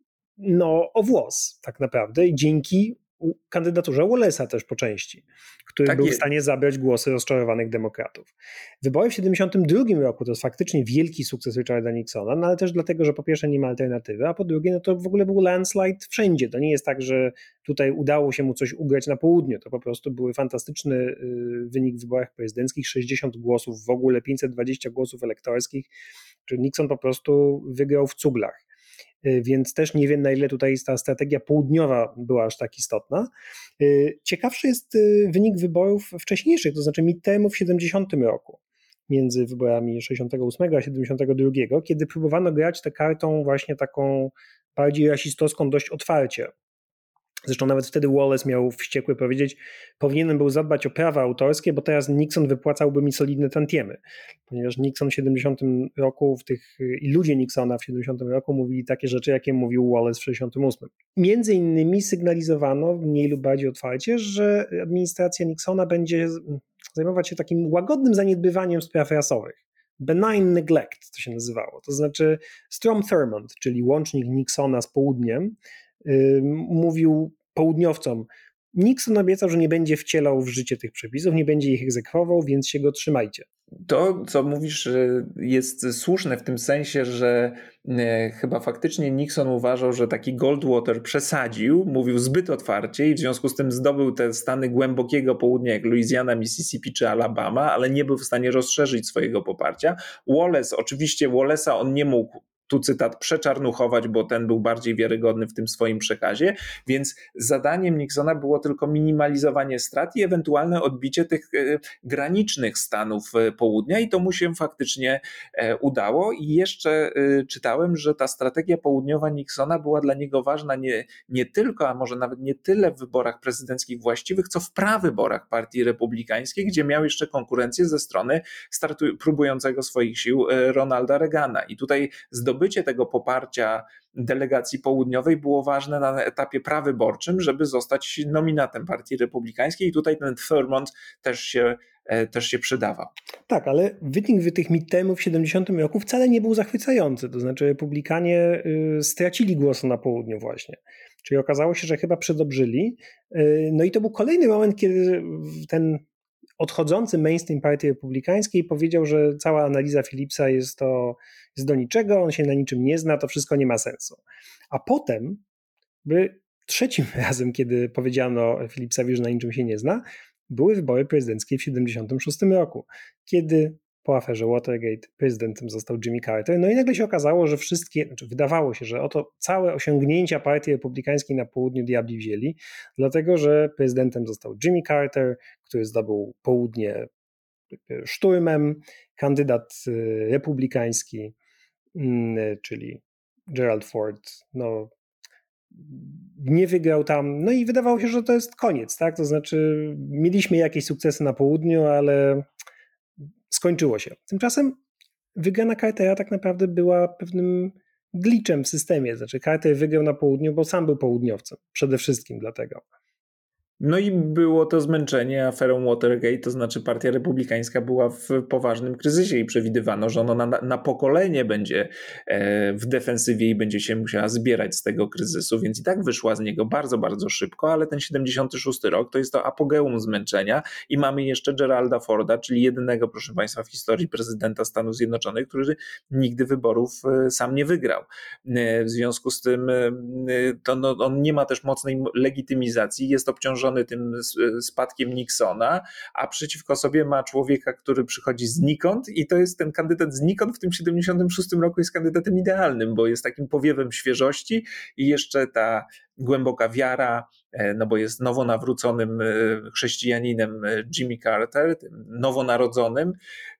o włos tak naprawdę i dzięki kandydaturze Wallace'a też po części, który Tak był jest. w stanie zabrać głosy rozczarowanych demokratów. Wybory w 1972 roku to jest faktycznie wielki sukces Richarda Nixona, no ale też dlatego, że po pierwsze nie ma alternatywy, a po drugie no to w ogóle był landslide wszędzie. To nie jest tak, że tutaj udało się mu coś ugrać na południu. To po prostu był fantastyczny wynik w wyborach prezydenckich, 60 głosów w ogóle, 520 głosów elektorskich, czyli Nixon po prostu wygrał w cuglach. Więc też nie wiem, na ile tutaj ta strategia południowa była aż tak istotna. Ciekawszy jest wynik wyborów wcześniejszych, to znaczy midtermów w 70 roku, między wyborami 68 a 72, kiedy próbowano grać tę kartą właśnie taką bardziej rasistowską dość otwarcie. Zresztą nawet wtedy Wallace miał wściekły powiedzieć, powinienem był zadbać o prawa autorskie, bo teraz Nixon wypłacałby mi solidne tantiemy. Ponieważ Nixon w 70 roku i ludzie Nixona w 70 roku mówili takie rzeczy, jakie mówił Wallace w 68. Między innymi sygnalizowano mniej lub bardziej otwarcie, że administracja Nixona będzie zajmować się takim łagodnym zaniedbywaniem spraw rasowych. Benign neglect to się nazywało. To znaczy Strom Thurmond, czyli łącznik Nixona z południem, mówił południowcom, Nixon obiecał, że nie będzie wcielał w życie tych przepisów, nie będzie ich egzekwował, więc się go trzymajcie. To, co mówisz, jest słuszne w tym sensie, że chyba faktycznie Nixon uważał, że taki Goldwater przesadził, mówił zbyt otwarcie i w związku z tym zdobył te stany głębokiego południa, jak Louisiana, Mississippi czy Alabama, ale nie był w stanie rozszerzyć swojego poparcia. Wallace, oczywiście Wallace'a on nie mógł, tu cytat, przeczarnuchować, bo ten był bardziej wiarygodny w tym swoim przekazie, więc zadaniem Nixona było tylko minimalizowanie strat i ewentualne odbicie tych granicznych stanów południa i to mu się faktycznie udało. I jeszcze czytałem, że ta strategia południowa Nixona była dla niego ważna nie tylko, a może nawet nie tyle w wyborach prezydenckich właściwych, co w prawyborach Partii Republikańskiej, gdzie miał jeszcze konkurencję ze strony próbującego swoich sił Ronalda Reagana. I tutaj zdobycie tego poparcia delegacji południowej było ważne na etapie prawyborczym, żeby zostać nominatem Partii Republikańskiej i tutaj ten Thurmond też się przydawał. Tak, ale wynik tych midtermów w 70 roku wcale nie był zachwycający, to znaczy republikanie stracili głosu na południu właśnie, czyli okazało się, że chyba przedobrzyli, no i to był kolejny moment, kiedy ten odchodzący mainstream Partii Republikańskiej powiedział, że cała analiza Phillipsa jest do niczego, on się na niczym nie zna, to wszystko nie ma sensu. A potem, trzecim razem, kiedy powiedziano Phillipsowi, że na niczym się nie zna, były wybory prezydenckie w 1976 roku, kiedy po aferze Watergate prezydentem został Jimmy Carter. No i nagle się okazało, że wydawało się, że oto całe osiągnięcia Partii Republikańskiej na południu diabli wzięli, dlatego że prezydentem został Jimmy Carter, który zdobył południe szturmem, kandydat republikański, czyli Gerald Ford, nie wygrał tam, no i wydawało się, że to jest koniec, tak? To znaczy mieliśmy jakieś sukcesy na południu, ale skończyło się. Tymczasem wygrana Cartera tak naprawdę była pewnym glitchem w systemie, znaczy Carter wygrał na południu, bo sam był południowcem, przede wszystkim dlatego. No i było to zmęczenie aferą Watergate, to znaczy Partia Republikańska była w poważnym kryzysie i przewidywano, że ona na pokolenie będzie w defensywie i będzie się musiała zbierać z tego kryzysu, więc i tak wyszła z niego bardzo, bardzo szybko, ale ten 76 rok to jest to apogeum zmęczenia i mamy jeszcze Geralda Forda, czyli jedynego, proszę Państwa, w historii prezydenta Stanów Zjednoczonych, który nigdy wyborów sam nie wygrał. W związku z tym on nie ma też mocnej legitymizacji, jest obciążony tym spadkiem Nixona, a przeciwko sobie ma człowieka, który przychodzi znikąd i to jest ten kandydat znikąd w tym 76 roku jest kandydatem idealnym, bo jest takim powiewem świeżości i jeszcze ta głęboka wiara, no bo jest nowonawróconym chrześcijaninem Jimmy Carter, tym nowonarodzonym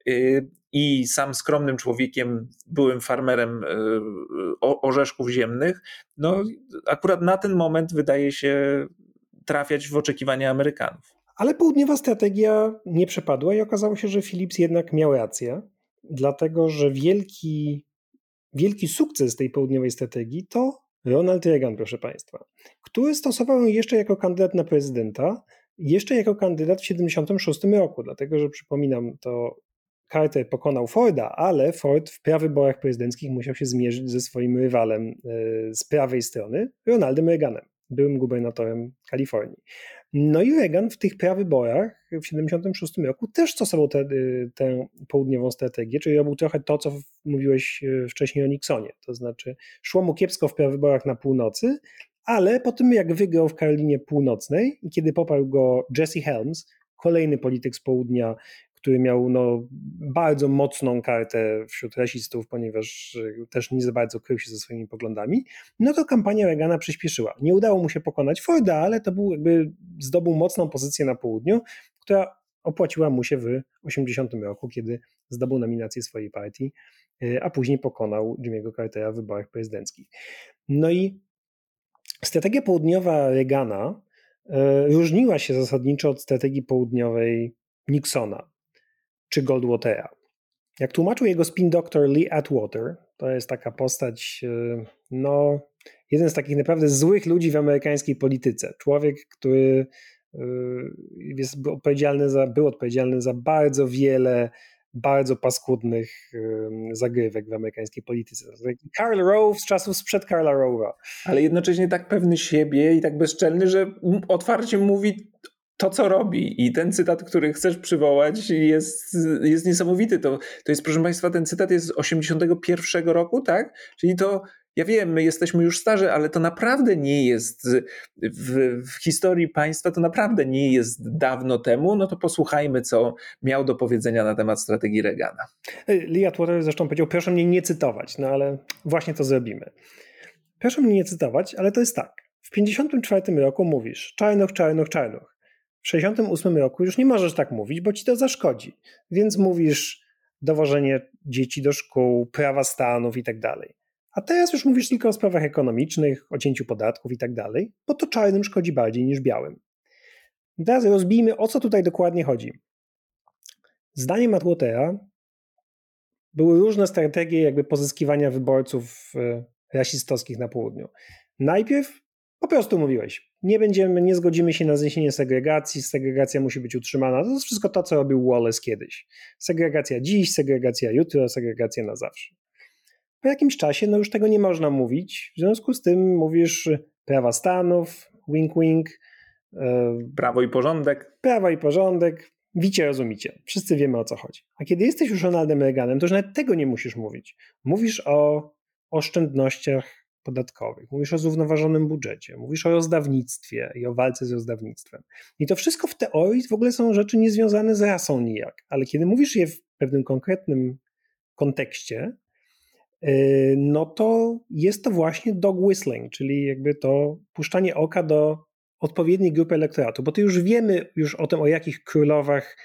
i sam skromnym człowiekiem, byłym farmerem orzeszków ziemnych, no akurat na ten moment wydaje się trafiać w oczekiwania Amerykanów. Ale południowa strategia nie przepadła i okazało się, że Phillips jednak miał rację, dlatego że wielki sukces tej południowej strategii to Ronald Reagan, proszę Państwa, który stosował ją jeszcze jako kandydat na prezydenta, jeszcze jako kandydat w 1976 roku, dlatego że przypominam, to Carter pokonał Forda, ale Ford w prawyborach prezydenckich musiał się zmierzyć ze swoim rywalem z prawej strony, Ronaldem Reaganem, byłym gubernatorem Kalifornii. No i Reagan w tych prawyborach w 1976 roku też stosował tę południową strategię, czyli robił trochę to, co mówiłeś wcześniej o Nixonie, to znaczy szło mu kiepsko w prawyborach na północy, ale po tym jak wygrał w Karolinie Północnej i kiedy poparł go Jesse Helms, kolejny polityk z południa, który miał bardzo mocną kartę wśród rasistów, ponieważ też nie za bardzo krył się ze swoimi poglądami, no to kampania Reagana przyspieszyła. Nie udało mu się pokonać Forda, ale to zdobył mocną pozycję na południu, która opłaciła mu się w 1980 roku, kiedy zdobył nominację swojej partii, a później pokonał Jimmy'ego Cartera w wyborach prezydenckich. No i strategia południowa Reagana różniła się zasadniczo od strategii południowej Nixona czy Goldwatera. Jak tłumaczył jego spin doktor Lee Atwater, to jest taka postać, jeden z takich naprawdę złych ludzi w amerykańskiej polityce. Człowiek, który był odpowiedzialny za bardzo wiele bardzo paskudnych zagrywek w amerykańskiej polityce. Karl Rove z czasów sprzed Karla Rove'a. Ale jednocześnie tak pewny siebie i tak bezczelny, że otwarcie mówi to, co robi. I ten cytat, który chcesz przywołać, jest niesamowity. To jest, proszę Państwa, ten cytat jest z 81 roku, tak? Czyli to, ja wiem, my jesteśmy już starzy, ale to naprawdę nie jest w historii państwa, to naprawdę nie jest dawno temu. No to posłuchajmy, co miał do powiedzenia na temat strategii Reagana. Lee Atwater zresztą powiedział, proszę mnie nie cytować, no ale właśnie to zrobimy. Proszę mnie nie cytować, ale to jest tak. W 54 roku mówisz Czarnoch, Czarnoch, Czarnoch. W 68 roku już nie możesz tak mówić, bo ci to zaszkodzi. Więc mówisz dowożenie dzieci do szkół, prawa stanów i tak dalej. A teraz już mówisz tylko o sprawach ekonomicznych, o cięciu podatków i tak dalej, bo to czarnym szkodzi bardziej niż białym. I teraz rozbijmy, o co tutaj dokładnie chodzi. Zdaniem Atwatera były różne strategie jakby pozyskiwania wyborców rasistowskich na południu. Najpierw po prostu mówiłeś, nie zgodzimy się na zniesienie segregacji, segregacja musi być utrzymana. To jest wszystko to, co robił Wallace kiedyś. Segregacja dziś, segregacja jutro, segregacja na zawsze. Po jakimś czasie już tego nie można mówić, w związku z tym mówisz prawa stanów, wink wink. Prawo i porządek. Prawo i porządek. Wicie, rozumicie. Wszyscy wiemy, o co chodzi. A kiedy jesteś już Ronaldem Reaganem, to już nawet tego nie musisz mówić. Mówisz o oszczędnościach podatkowych, mówisz o zrównoważonym budżecie, mówisz o rozdawnictwie i o walce z rozdawnictwem. I to wszystko w teorii w ogóle są rzeczy niezwiązane z rasą nijak, ale kiedy mówisz je w pewnym konkretnym kontekście, no to jest to właśnie dog whistling, czyli jakby to puszczanie oka do odpowiedniej grupy elektoratu, bo ty już wiemy o tym, o jakich królowach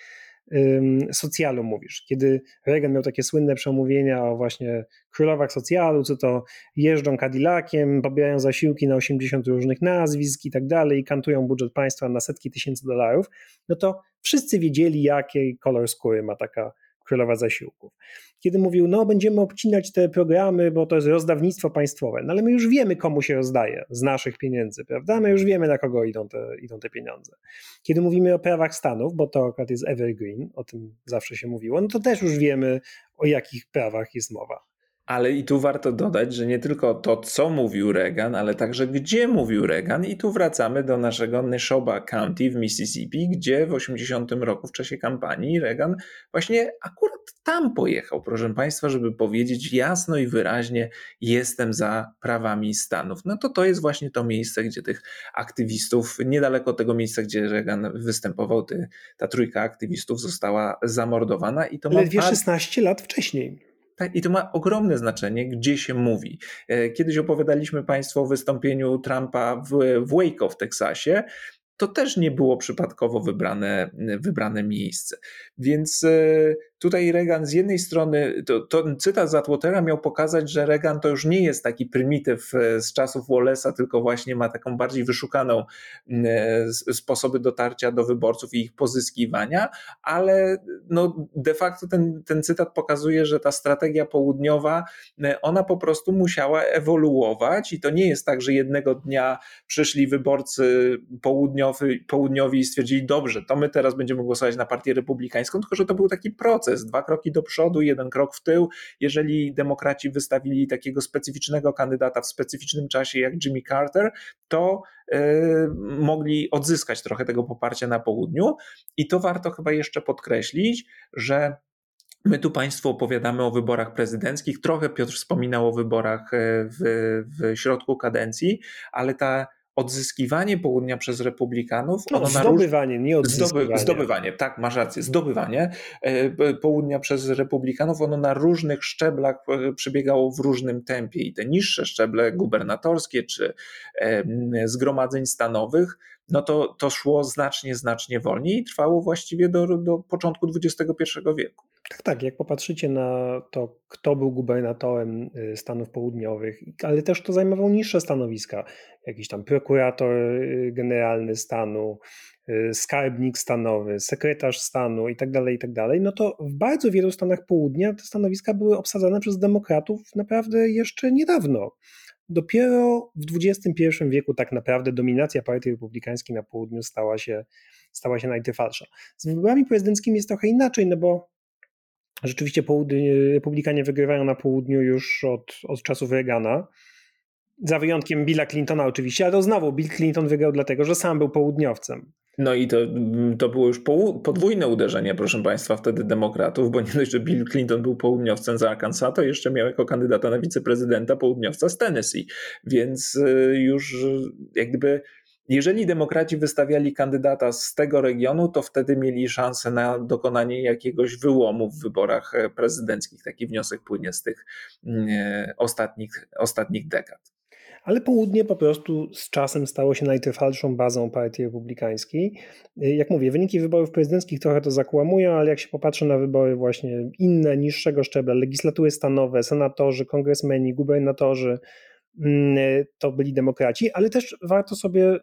socjalu mówisz. Kiedy Reagan miał takie słynne przemówienia o właśnie królowach socjalu, co to jeżdżą Cadillaciem, pobierają zasiłki na 80 różnych nazwisk i tak dalej, i kantują budżet państwa na setki tysięcy dolarów, no to wszyscy wiedzieli, jaki kolor skóry ma taka królowa zasiłków. Kiedy mówił, będziemy obcinać te programy, bo to jest rozdawnictwo państwowe, no ale my już wiemy, komu się rozdaje z naszych pieniędzy, prawda? My już wiemy, na kogo idą te pieniądze. Kiedy mówimy o prawach stanów, bo to akurat jest evergreen, o tym zawsze się mówiło, no to też już wiemy, o jakich prawach jest mowa. Ale i tu warto dodać, że nie tylko to, co mówił Reagan, ale także gdzie mówił Reagan. I tu wracamy do naszego Neshoba County w Mississippi, gdzie w 80 roku w czasie kampanii Reagan właśnie akurat tam pojechał, proszę Państwa, żeby powiedzieć jasno i wyraźnie, jestem za prawami Stanów. No to jest właśnie to miejsce, gdzie tych aktywistów, niedaleko tego miejsca, gdzie Reagan występował, ta trójka aktywistów została zamordowana. I to ledwie 16 lat wcześniej. Tak, i to ma ogromne znaczenie, gdzie się mówi. Kiedyś opowiadaliśmy Państwu o wystąpieniu Trumpa w Waco w Teksasie. To też nie było przypadkowo wybrane miejsce. Więc tutaj Reagan z jednej strony, ten cytat z Atwatera miał pokazać, że Reagan to już nie jest taki prymityw z czasów Wallace'a, tylko właśnie ma taką bardziej wyszukaną sposoby dotarcia do wyborców i ich pozyskiwania, ale de facto ten cytat pokazuje, że ta strategia południowa, ona po prostu musiała ewoluować i to nie jest tak, że jednego dnia przyszli wyborcy południowi i stwierdzili, dobrze, to my teraz będziemy głosować na partię republikańską, tylko że to był taki proces, 2 kroki do przodu, 1 krok w tył. Jeżeli demokraci wystawili takiego specyficznego kandydata w specyficznym czasie jak Jimmy Carter, to mogli odzyskać trochę tego poparcia na południu i to warto chyba jeszcze podkreślić, że my tu Państwu opowiadamy o wyborach prezydenckich, trochę Piotr wspominał o wyborach w środku kadencji, ale odzyskiwanie południa przez republikanów... Zdobywanie, tak, masz rację, zdobywanie południa przez republikanów, ono na różnych szczeblach przebiegało w różnym tempie i te niższe szczeble gubernatorskie czy zgromadzeń stanowych, no to szło znacznie wolniej i trwało właściwie do początku XXI wieku. Tak, jak popatrzycie na to, kto był gubernatorem Stanów Południowych, ale też kto zajmował niższe stanowiska, jakiś tam prokurator generalny stanu, skarbnik stanowy, sekretarz stanu i tak dalej, no to w bardzo wielu stanach południa te stanowiska były obsadzane przez demokratów naprawdę jeszcze niedawno. Dopiero w XXI wieku tak naprawdę dominacja partii republikańskiej na południu stała się najtrwalsza. Z wyborami prezydenckimi jest trochę inaczej, no bo Rzeczywiście Republikanie wygrywają na południu już od czasów Reagana. Za wyjątkiem Billa Clintona oczywiście, ale to znowu Bill Clinton wygrał dlatego, że sam był południowcem. No i to było już podwójne uderzenie, proszę Państwa, wtedy demokratów, bo nie dość, że Bill Clinton był południowcem z Arkansas, to jeszcze miał jako kandydata na wiceprezydenta południowca z Tennessee. Więc już jak gdyby, jeżeli demokraci wystawiali kandydata z tego regionu, to wtedy mieli szansę na dokonanie jakiegoś wyłomu w wyborach prezydenckich. Taki wniosek płynie z tych ostatnich dekad. Ale południe po prostu z czasem stało się najtrwalszą bazą partii republikańskiej. Jak mówię, wyniki wyborów prezydenckich trochę to zakłamują, ale jak się popatrzy na wybory właśnie inne, niższego szczebla, legislatury stanowe, senatorzy, kongresmeni, gubernatorzy, to byli demokraci, ale też warto sobie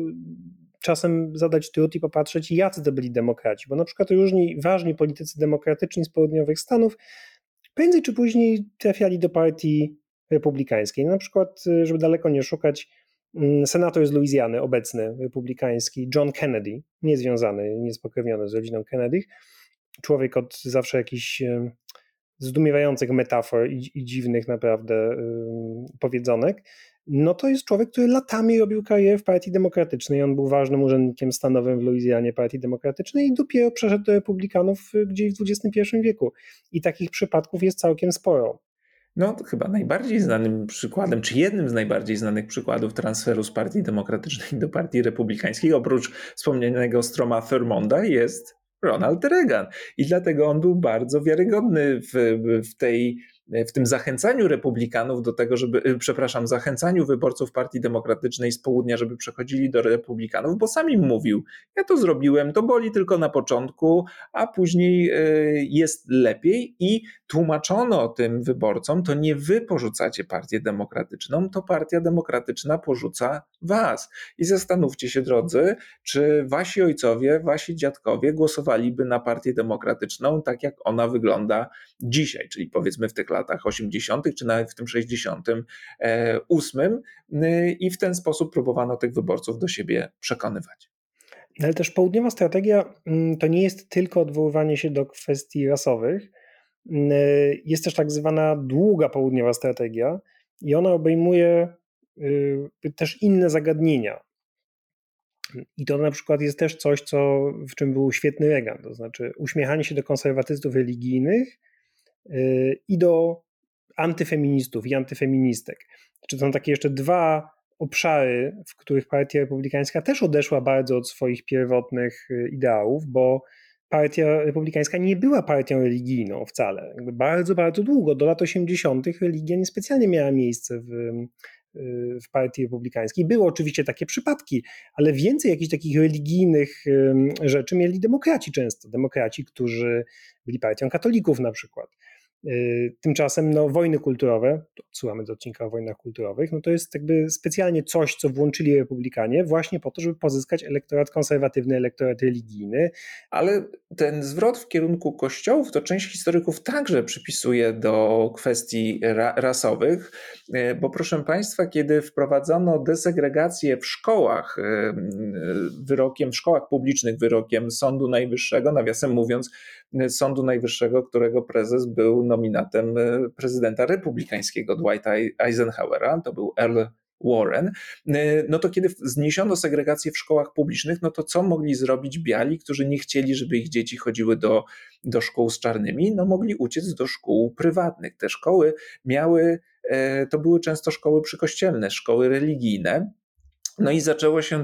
czasem zadać trud i popatrzeć, jacy to byli demokraci, bo na przykład różni ważni politycy demokratyczni z południowych Stanów prędzej czy później trafiali do partii republikańskiej. Na przykład, żeby daleko nie szukać, senator z Luizjany, obecny republikański, John Kennedy, niezwiązany, niespokrewniony z rodziną Kennedy, człowiek od zawsze jakichś zdumiewających metafor i dziwnych naprawdę powiedzonek, no to jest człowiek, który latami robił karierę w Partii Demokratycznej. On był ważnym urzędnikiem stanowym w Luizjanie Partii Demokratycznej i dopiero przeszedł do Republikanów gdzieś w XXI wieku. I takich przypadków jest całkiem sporo. No, to chyba najbardziej znanym przykładem, czy jednym z najbardziej znanych przykładów transferu z Partii Demokratycznej do Partii Republikańskiej, oprócz wspomnianego Stroma Thurmonda, jest Ronald Reagan. I dlatego on był bardzo wiarygodny w tym zachęcaniu republikanów do tego, zachęcaniu wyborców Partii Demokratycznej z południa, żeby przechodzili do republikanów, bo sam im mówił, ja to zrobiłem, to boli tylko na początku, a później jest lepiej i tłumaczono tym wyborcom, to nie wy porzucacie Partię Demokratyczną, to Partia Demokratyczna porzuca was. I zastanówcie się, drodzy, czy wasi ojcowie, wasi dziadkowie głosowaliby na Partię Demokratyczną tak, jak ona wygląda dzisiaj, czyli powiedzmy w tych latach 80., czy nawet w tym 68. I w ten sposób próbowano tych wyborców do siebie przekonywać. Ale też południowa strategia to nie jest tylko odwoływanie się do kwestii rasowych. Jest też tak zwana długa południowa strategia i ona obejmuje też inne zagadnienia. I to na przykład jest też coś, w czym był świetny Reagan, to znaczy uśmiechanie się do konserwatystów religijnych i do antyfeministów i antyfeministek. Znaczy, to są takie jeszcze dwa obszary, w których Partia Republikańska też odeszła bardzo od swoich pierwotnych ideałów, bo Partia Republikańska nie była partią religijną wcale. Jakby bardzo, bardzo długo, do lat 80. religia niespecjalnie miała miejsce w Partii Republikańskiej. Były oczywiście takie przypadki, ale więcej jakichś takich religijnych rzeczy mieli demokraci często. Demokraci, którzy byli partią katolików na przykład. Tymczasem wojny kulturowe, odsyłamy do odcinka o wojnach kulturowych, to jest jakby specjalnie coś, co włączyli republikanie właśnie po to, żeby pozyskać elektorat konserwatywny, elektorat religijny. Ale ten zwrot w kierunku kościołów to część historyków także przypisuje do kwestii rasowych, bo proszę Państwa, kiedy wprowadzono desegregację w szkołach, w szkołach publicznych wyrokiem Sądu Najwyższego, nawiasem mówiąc Sądu Najwyższego, którego prezes był nominatem prezydenta republikańskiego Dwighta Eisenhowera, to był Earl Warren, no to kiedy zniesiono segregację w szkołach publicznych, no to co mogli zrobić biali, którzy nie chcieli, żeby ich dzieci chodziły do szkół z czarnymi? No mogli uciec do szkół prywatnych. Te szkoły to były często szkoły przykościelne, szkoły religijne. No i zaczęło się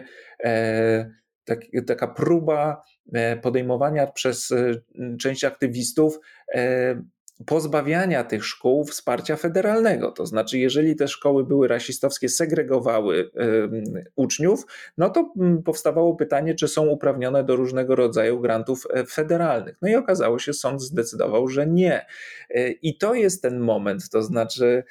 taka próba podejmowania przez część aktywistów pozbawiania tych szkół wsparcia federalnego. To znaczy, jeżeli te szkoły były rasistowskie, segregowały uczniów, no to powstawało pytanie, czy są uprawnione do różnego rodzaju grantów federalnych. No i okazało się, sąd zdecydował, że nie. I to jest ten moment, to znaczy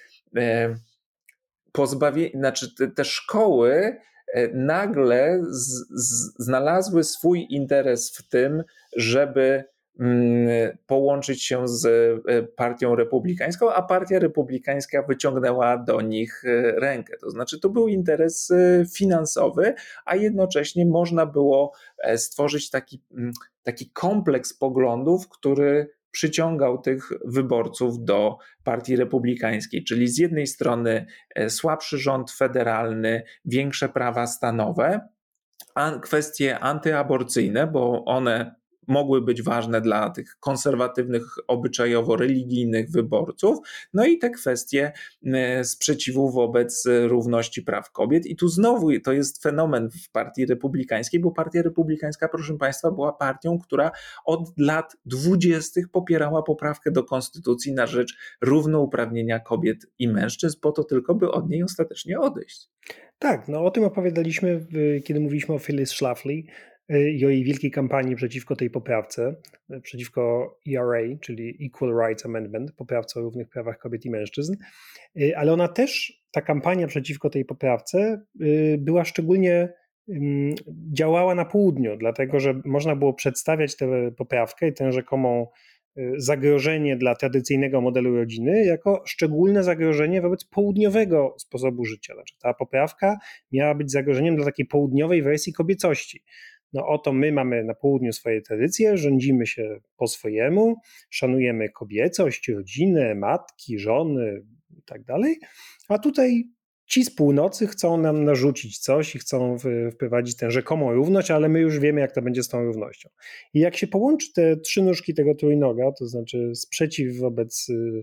te szkoły nagle znalazły swój interes w tym, żeby połączyć się z partią republikańską, a partia republikańska wyciągnęła do nich rękę. To znaczy to był interes finansowy, a jednocześnie można było stworzyć taki kompleks poglądów, który przyciągał tych wyborców do Partii Republikańskiej, czyli z jednej strony słabszy rząd federalny, większe prawa stanowe, a kwestie antyaborcyjne, bo one mogły być ważne dla tych konserwatywnych, obyczajowo-religijnych wyborców, no i te kwestie sprzeciwu wobec równości praw kobiet. I tu znowu to jest fenomen w Partii Republikańskiej, bo Partia Republikańska, proszę Państwa, była partią, która od lat 20. popierała poprawkę do konstytucji na rzecz równouprawnienia kobiet i mężczyzn, po to tylko, by od niej ostatecznie odejść. Tak, no o tym opowiadaliśmy, kiedy mówiliśmy o Phyllis Schlafly i o jej wielkiej kampanii przeciwko tej poprawce, przeciwko ERA, czyli Equal Rights Amendment, poprawce o równych prawach kobiet i mężczyzn, ale ona też, ta kampania przeciwko tej poprawce była szczególnie, działała na południu, dlatego że można było przedstawiać tę poprawkę i tę rzekomą zagrożenie dla tradycyjnego modelu rodziny jako szczególne zagrożenie wobec południowego sposobu życia. Znaczy, ta poprawka miała być zagrożeniem dla takiej południowej wersji kobiecości. No oto my mamy na południu swoje tradycje, rządzimy się po swojemu, szanujemy kobiecość, rodzinę, matki, żony i tak dalej, a tutaj ci z północy chcą nam narzucić coś i chcą wprowadzić tę rzekomą równość, ale my już wiemy, jak to będzie z tą równością. I jak się połączy te trzy nóżki tego trójnoga, to znaczy sprzeciw wobec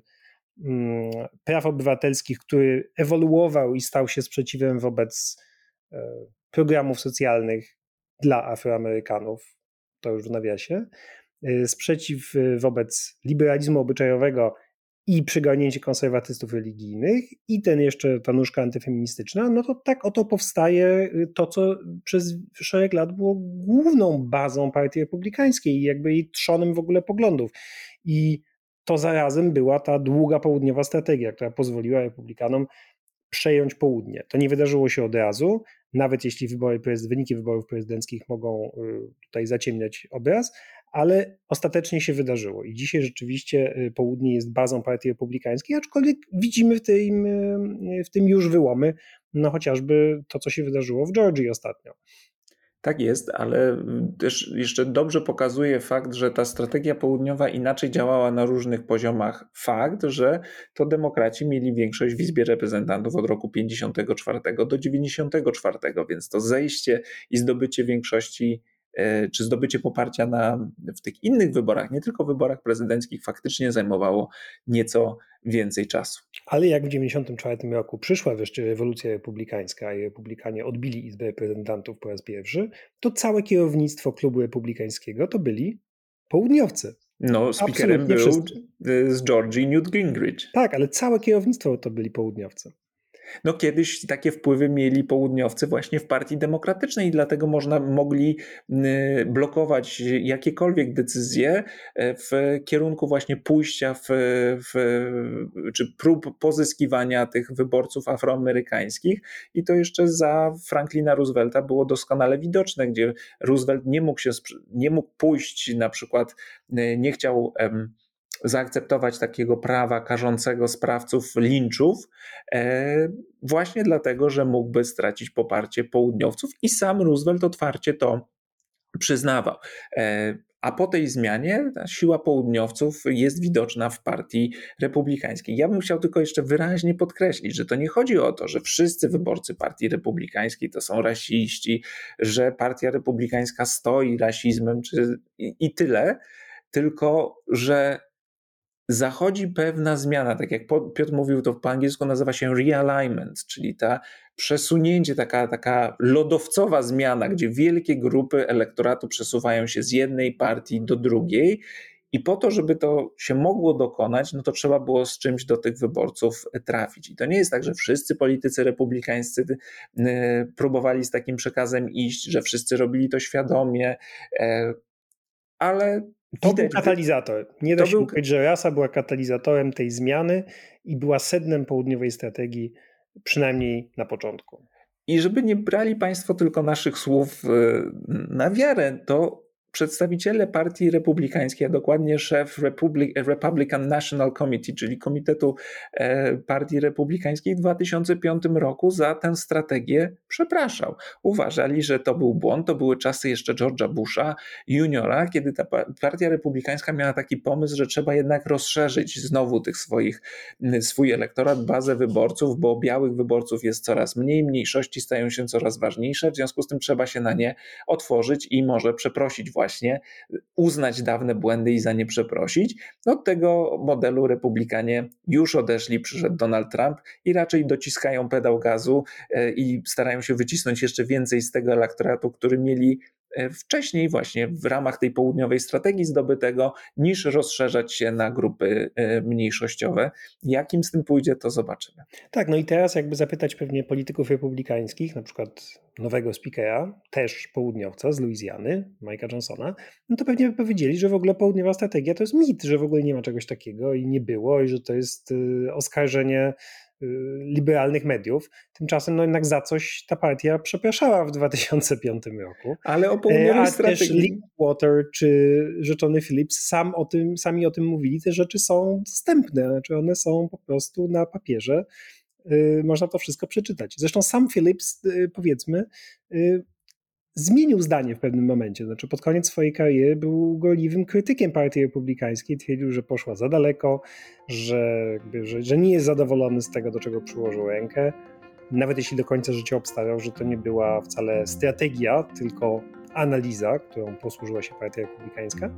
praw obywatelskich, który ewoluował i stał się sprzeciwem wobec programów socjalnych dla Afroamerykanów, to już w nawiasie, sprzeciw wobec liberalizmu obyczajowego i przygarnięcie konserwatystów religijnych i ta nóżka antyfeministyczna, no to tak oto powstaje to, co przez szereg lat było główną bazą Partii Republikańskiej i jakby jej trzonem w ogóle poglądów. I to zarazem była ta długa południowa strategia, która pozwoliła Republikanom przejąć południe. To nie wydarzyło się od razu, nawet jeśli wyniki wyborów prezydenckich mogą tutaj zaciemniać obraz, ale ostatecznie się wydarzyło i dzisiaj rzeczywiście południe jest bazą Partii Republikańskiej, aczkolwiek widzimy w tym już wyłomy, no chociażby to, co się wydarzyło w Georgii ostatnio. Tak jest, ale też jeszcze dobrze pokazuje fakt, że ta strategia południowa inaczej działała na różnych poziomach. Fakt, że to demokraci mieli większość w Izbie Reprezentantów od roku 54 do 94, więc to zejście i zdobycie większości czy zdobycie poparcia w tych innych wyborach, nie tylko wyborach prezydenckich, faktycznie zajmowało nieco więcej czasu. Ale jak w 1994 roku przyszła wreszcie rewolucja republikańska i republikanie odbili Izbę Reprezentantów po raz pierwszy, to całe kierownictwo klubu republikańskiego to byli południowcy. No, speakerem był z Georgii Newt Gingrich. Tak, ale całe kierownictwo to byli południowcy. No kiedyś takie wpływy mieli południowcy właśnie w Partii Demokratycznej i dlatego mogli blokować jakiekolwiek decyzje w kierunku właśnie pójścia czy prób pozyskiwania tych wyborców afroamerykańskich i to jeszcze za Franklina Roosevelta było doskonale widoczne, gdzie Roosevelt nie mógł pójść, na przykład nie chciał zaakceptować takiego prawa karzącego sprawców linczów, właśnie dlatego, że mógłby stracić poparcie południowców i sam Roosevelt otwarcie to przyznawał. A po tej zmianie ta siła południowców jest widoczna w Partii Republikańskiej. Ja bym chciał tylko jeszcze wyraźnie podkreślić, że to nie chodzi o to, że wszyscy wyborcy Partii Republikańskiej to są rasiści, że Partia Republikańska stoi rasizmem i tyle, tylko że zachodzi pewna zmiana, tak jak Piotr mówił, to po angielsku nazywa się realignment, czyli ta przesunięcie, taka lodowcowa zmiana, gdzie wielkie grupy elektoratu przesuwają się z jednej partii do drugiej i po to, żeby to się mogło dokonać, no to trzeba było z czymś do tych wyborców trafić. I to nie jest tak, że wszyscy politycy republikańscy próbowali z takim przekazem iść, że wszyscy robili to świadomie, ale to był katalizator. Nie da się ukryć, że rasa była katalizatorem tej zmiany i była sednem południowej strategii, przynajmniej na początku. I żeby nie brali Państwo tylko naszych słów na wiarę, to przedstawiciele partii republikańskiej, a dokładnie szef Republican National Committee, czyli Komitetu Partii Republikańskiej w 2005 roku za tę strategię przepraszał. Uważali, że to był błąd, to były czasy jeszcze George'a Busha juniora, kiedy ta partia republikańska miała taki pomysł, że trzeba jednak rozszerzyć znowu swój elektorat, bazę wyborców, bo białych wyborców jest coraz mniej, mniejszości stają się coraz ważniejsze, w związku z tym trzeba się na nie otworzyć i może przeprosić właśnie, uznać dawne błędy i za nie przeprosić. Od tego modelu republikanie już odeszli, przyszedł Donald Trump i raczej dociskają pedał gazu i starają się wycisnąć jeszcze więcej z tego elektoratu, który mieli wcześniej właśnie w ramach tej południowej strategii zdobytego, niż rozszerzać się na grupy mniejszościowe. Jakim z tym pójdzie, to zobaczymy. Tak, no i teraz jakby zapytać pewnie polityków republikańskich, na przykład nowego speakera, też południowca z Luizjany, Mike'a Johnsona, no to pewnie by powiedzieli, że w ogóle południowa strategia to jest mit, że w ogóle nie ma czegoś takiego i nie było i że to jest oskarżenie liberalnych mediów. Tymczasem no jednak za coś ta partia przepraszała w 2005 roku. Ale o południowej strategii. Też Linkwater czy rzeczony Phillips sami o tym mówili, te rzeczy są dostępne, znaczy one są po prostu na papierze. Można to wszystko przeczytać. Zresztą sam Phillips, powiedzmy, zmienił zdanie w pewnym momencie. Znaczy pod koniec swojej kariery był gorliwym krytykiem partii republikańskiej. Twierdził, że poszła za daleko, że nie jest zadowolony z tego, do czego przyłożył rękę. Nawet jeśli do końca życia obstawiał, że to nie była wcale strategia, tylko analiza, którą posłużyła się partia republikańska.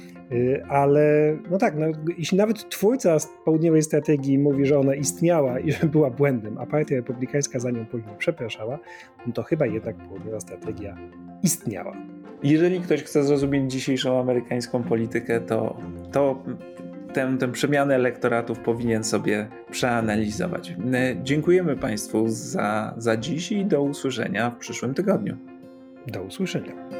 Ale no tak, no, jeśli nawet twórca południowej strategii mówi, że ona istniała i że była błędem, a partia republikańska za nią później przepraszała, no to chyba jednak południowa strategia istniała. Jeżeli ktoś chce zrozumieć dzisiejszą amerykańską politykę, to tę przemianę elektoratów powinien sobie przeanalizować. Dziękujemy Państwu za dziś i do usłyszenia w przyszłym tygodniu. Do usłyszenia.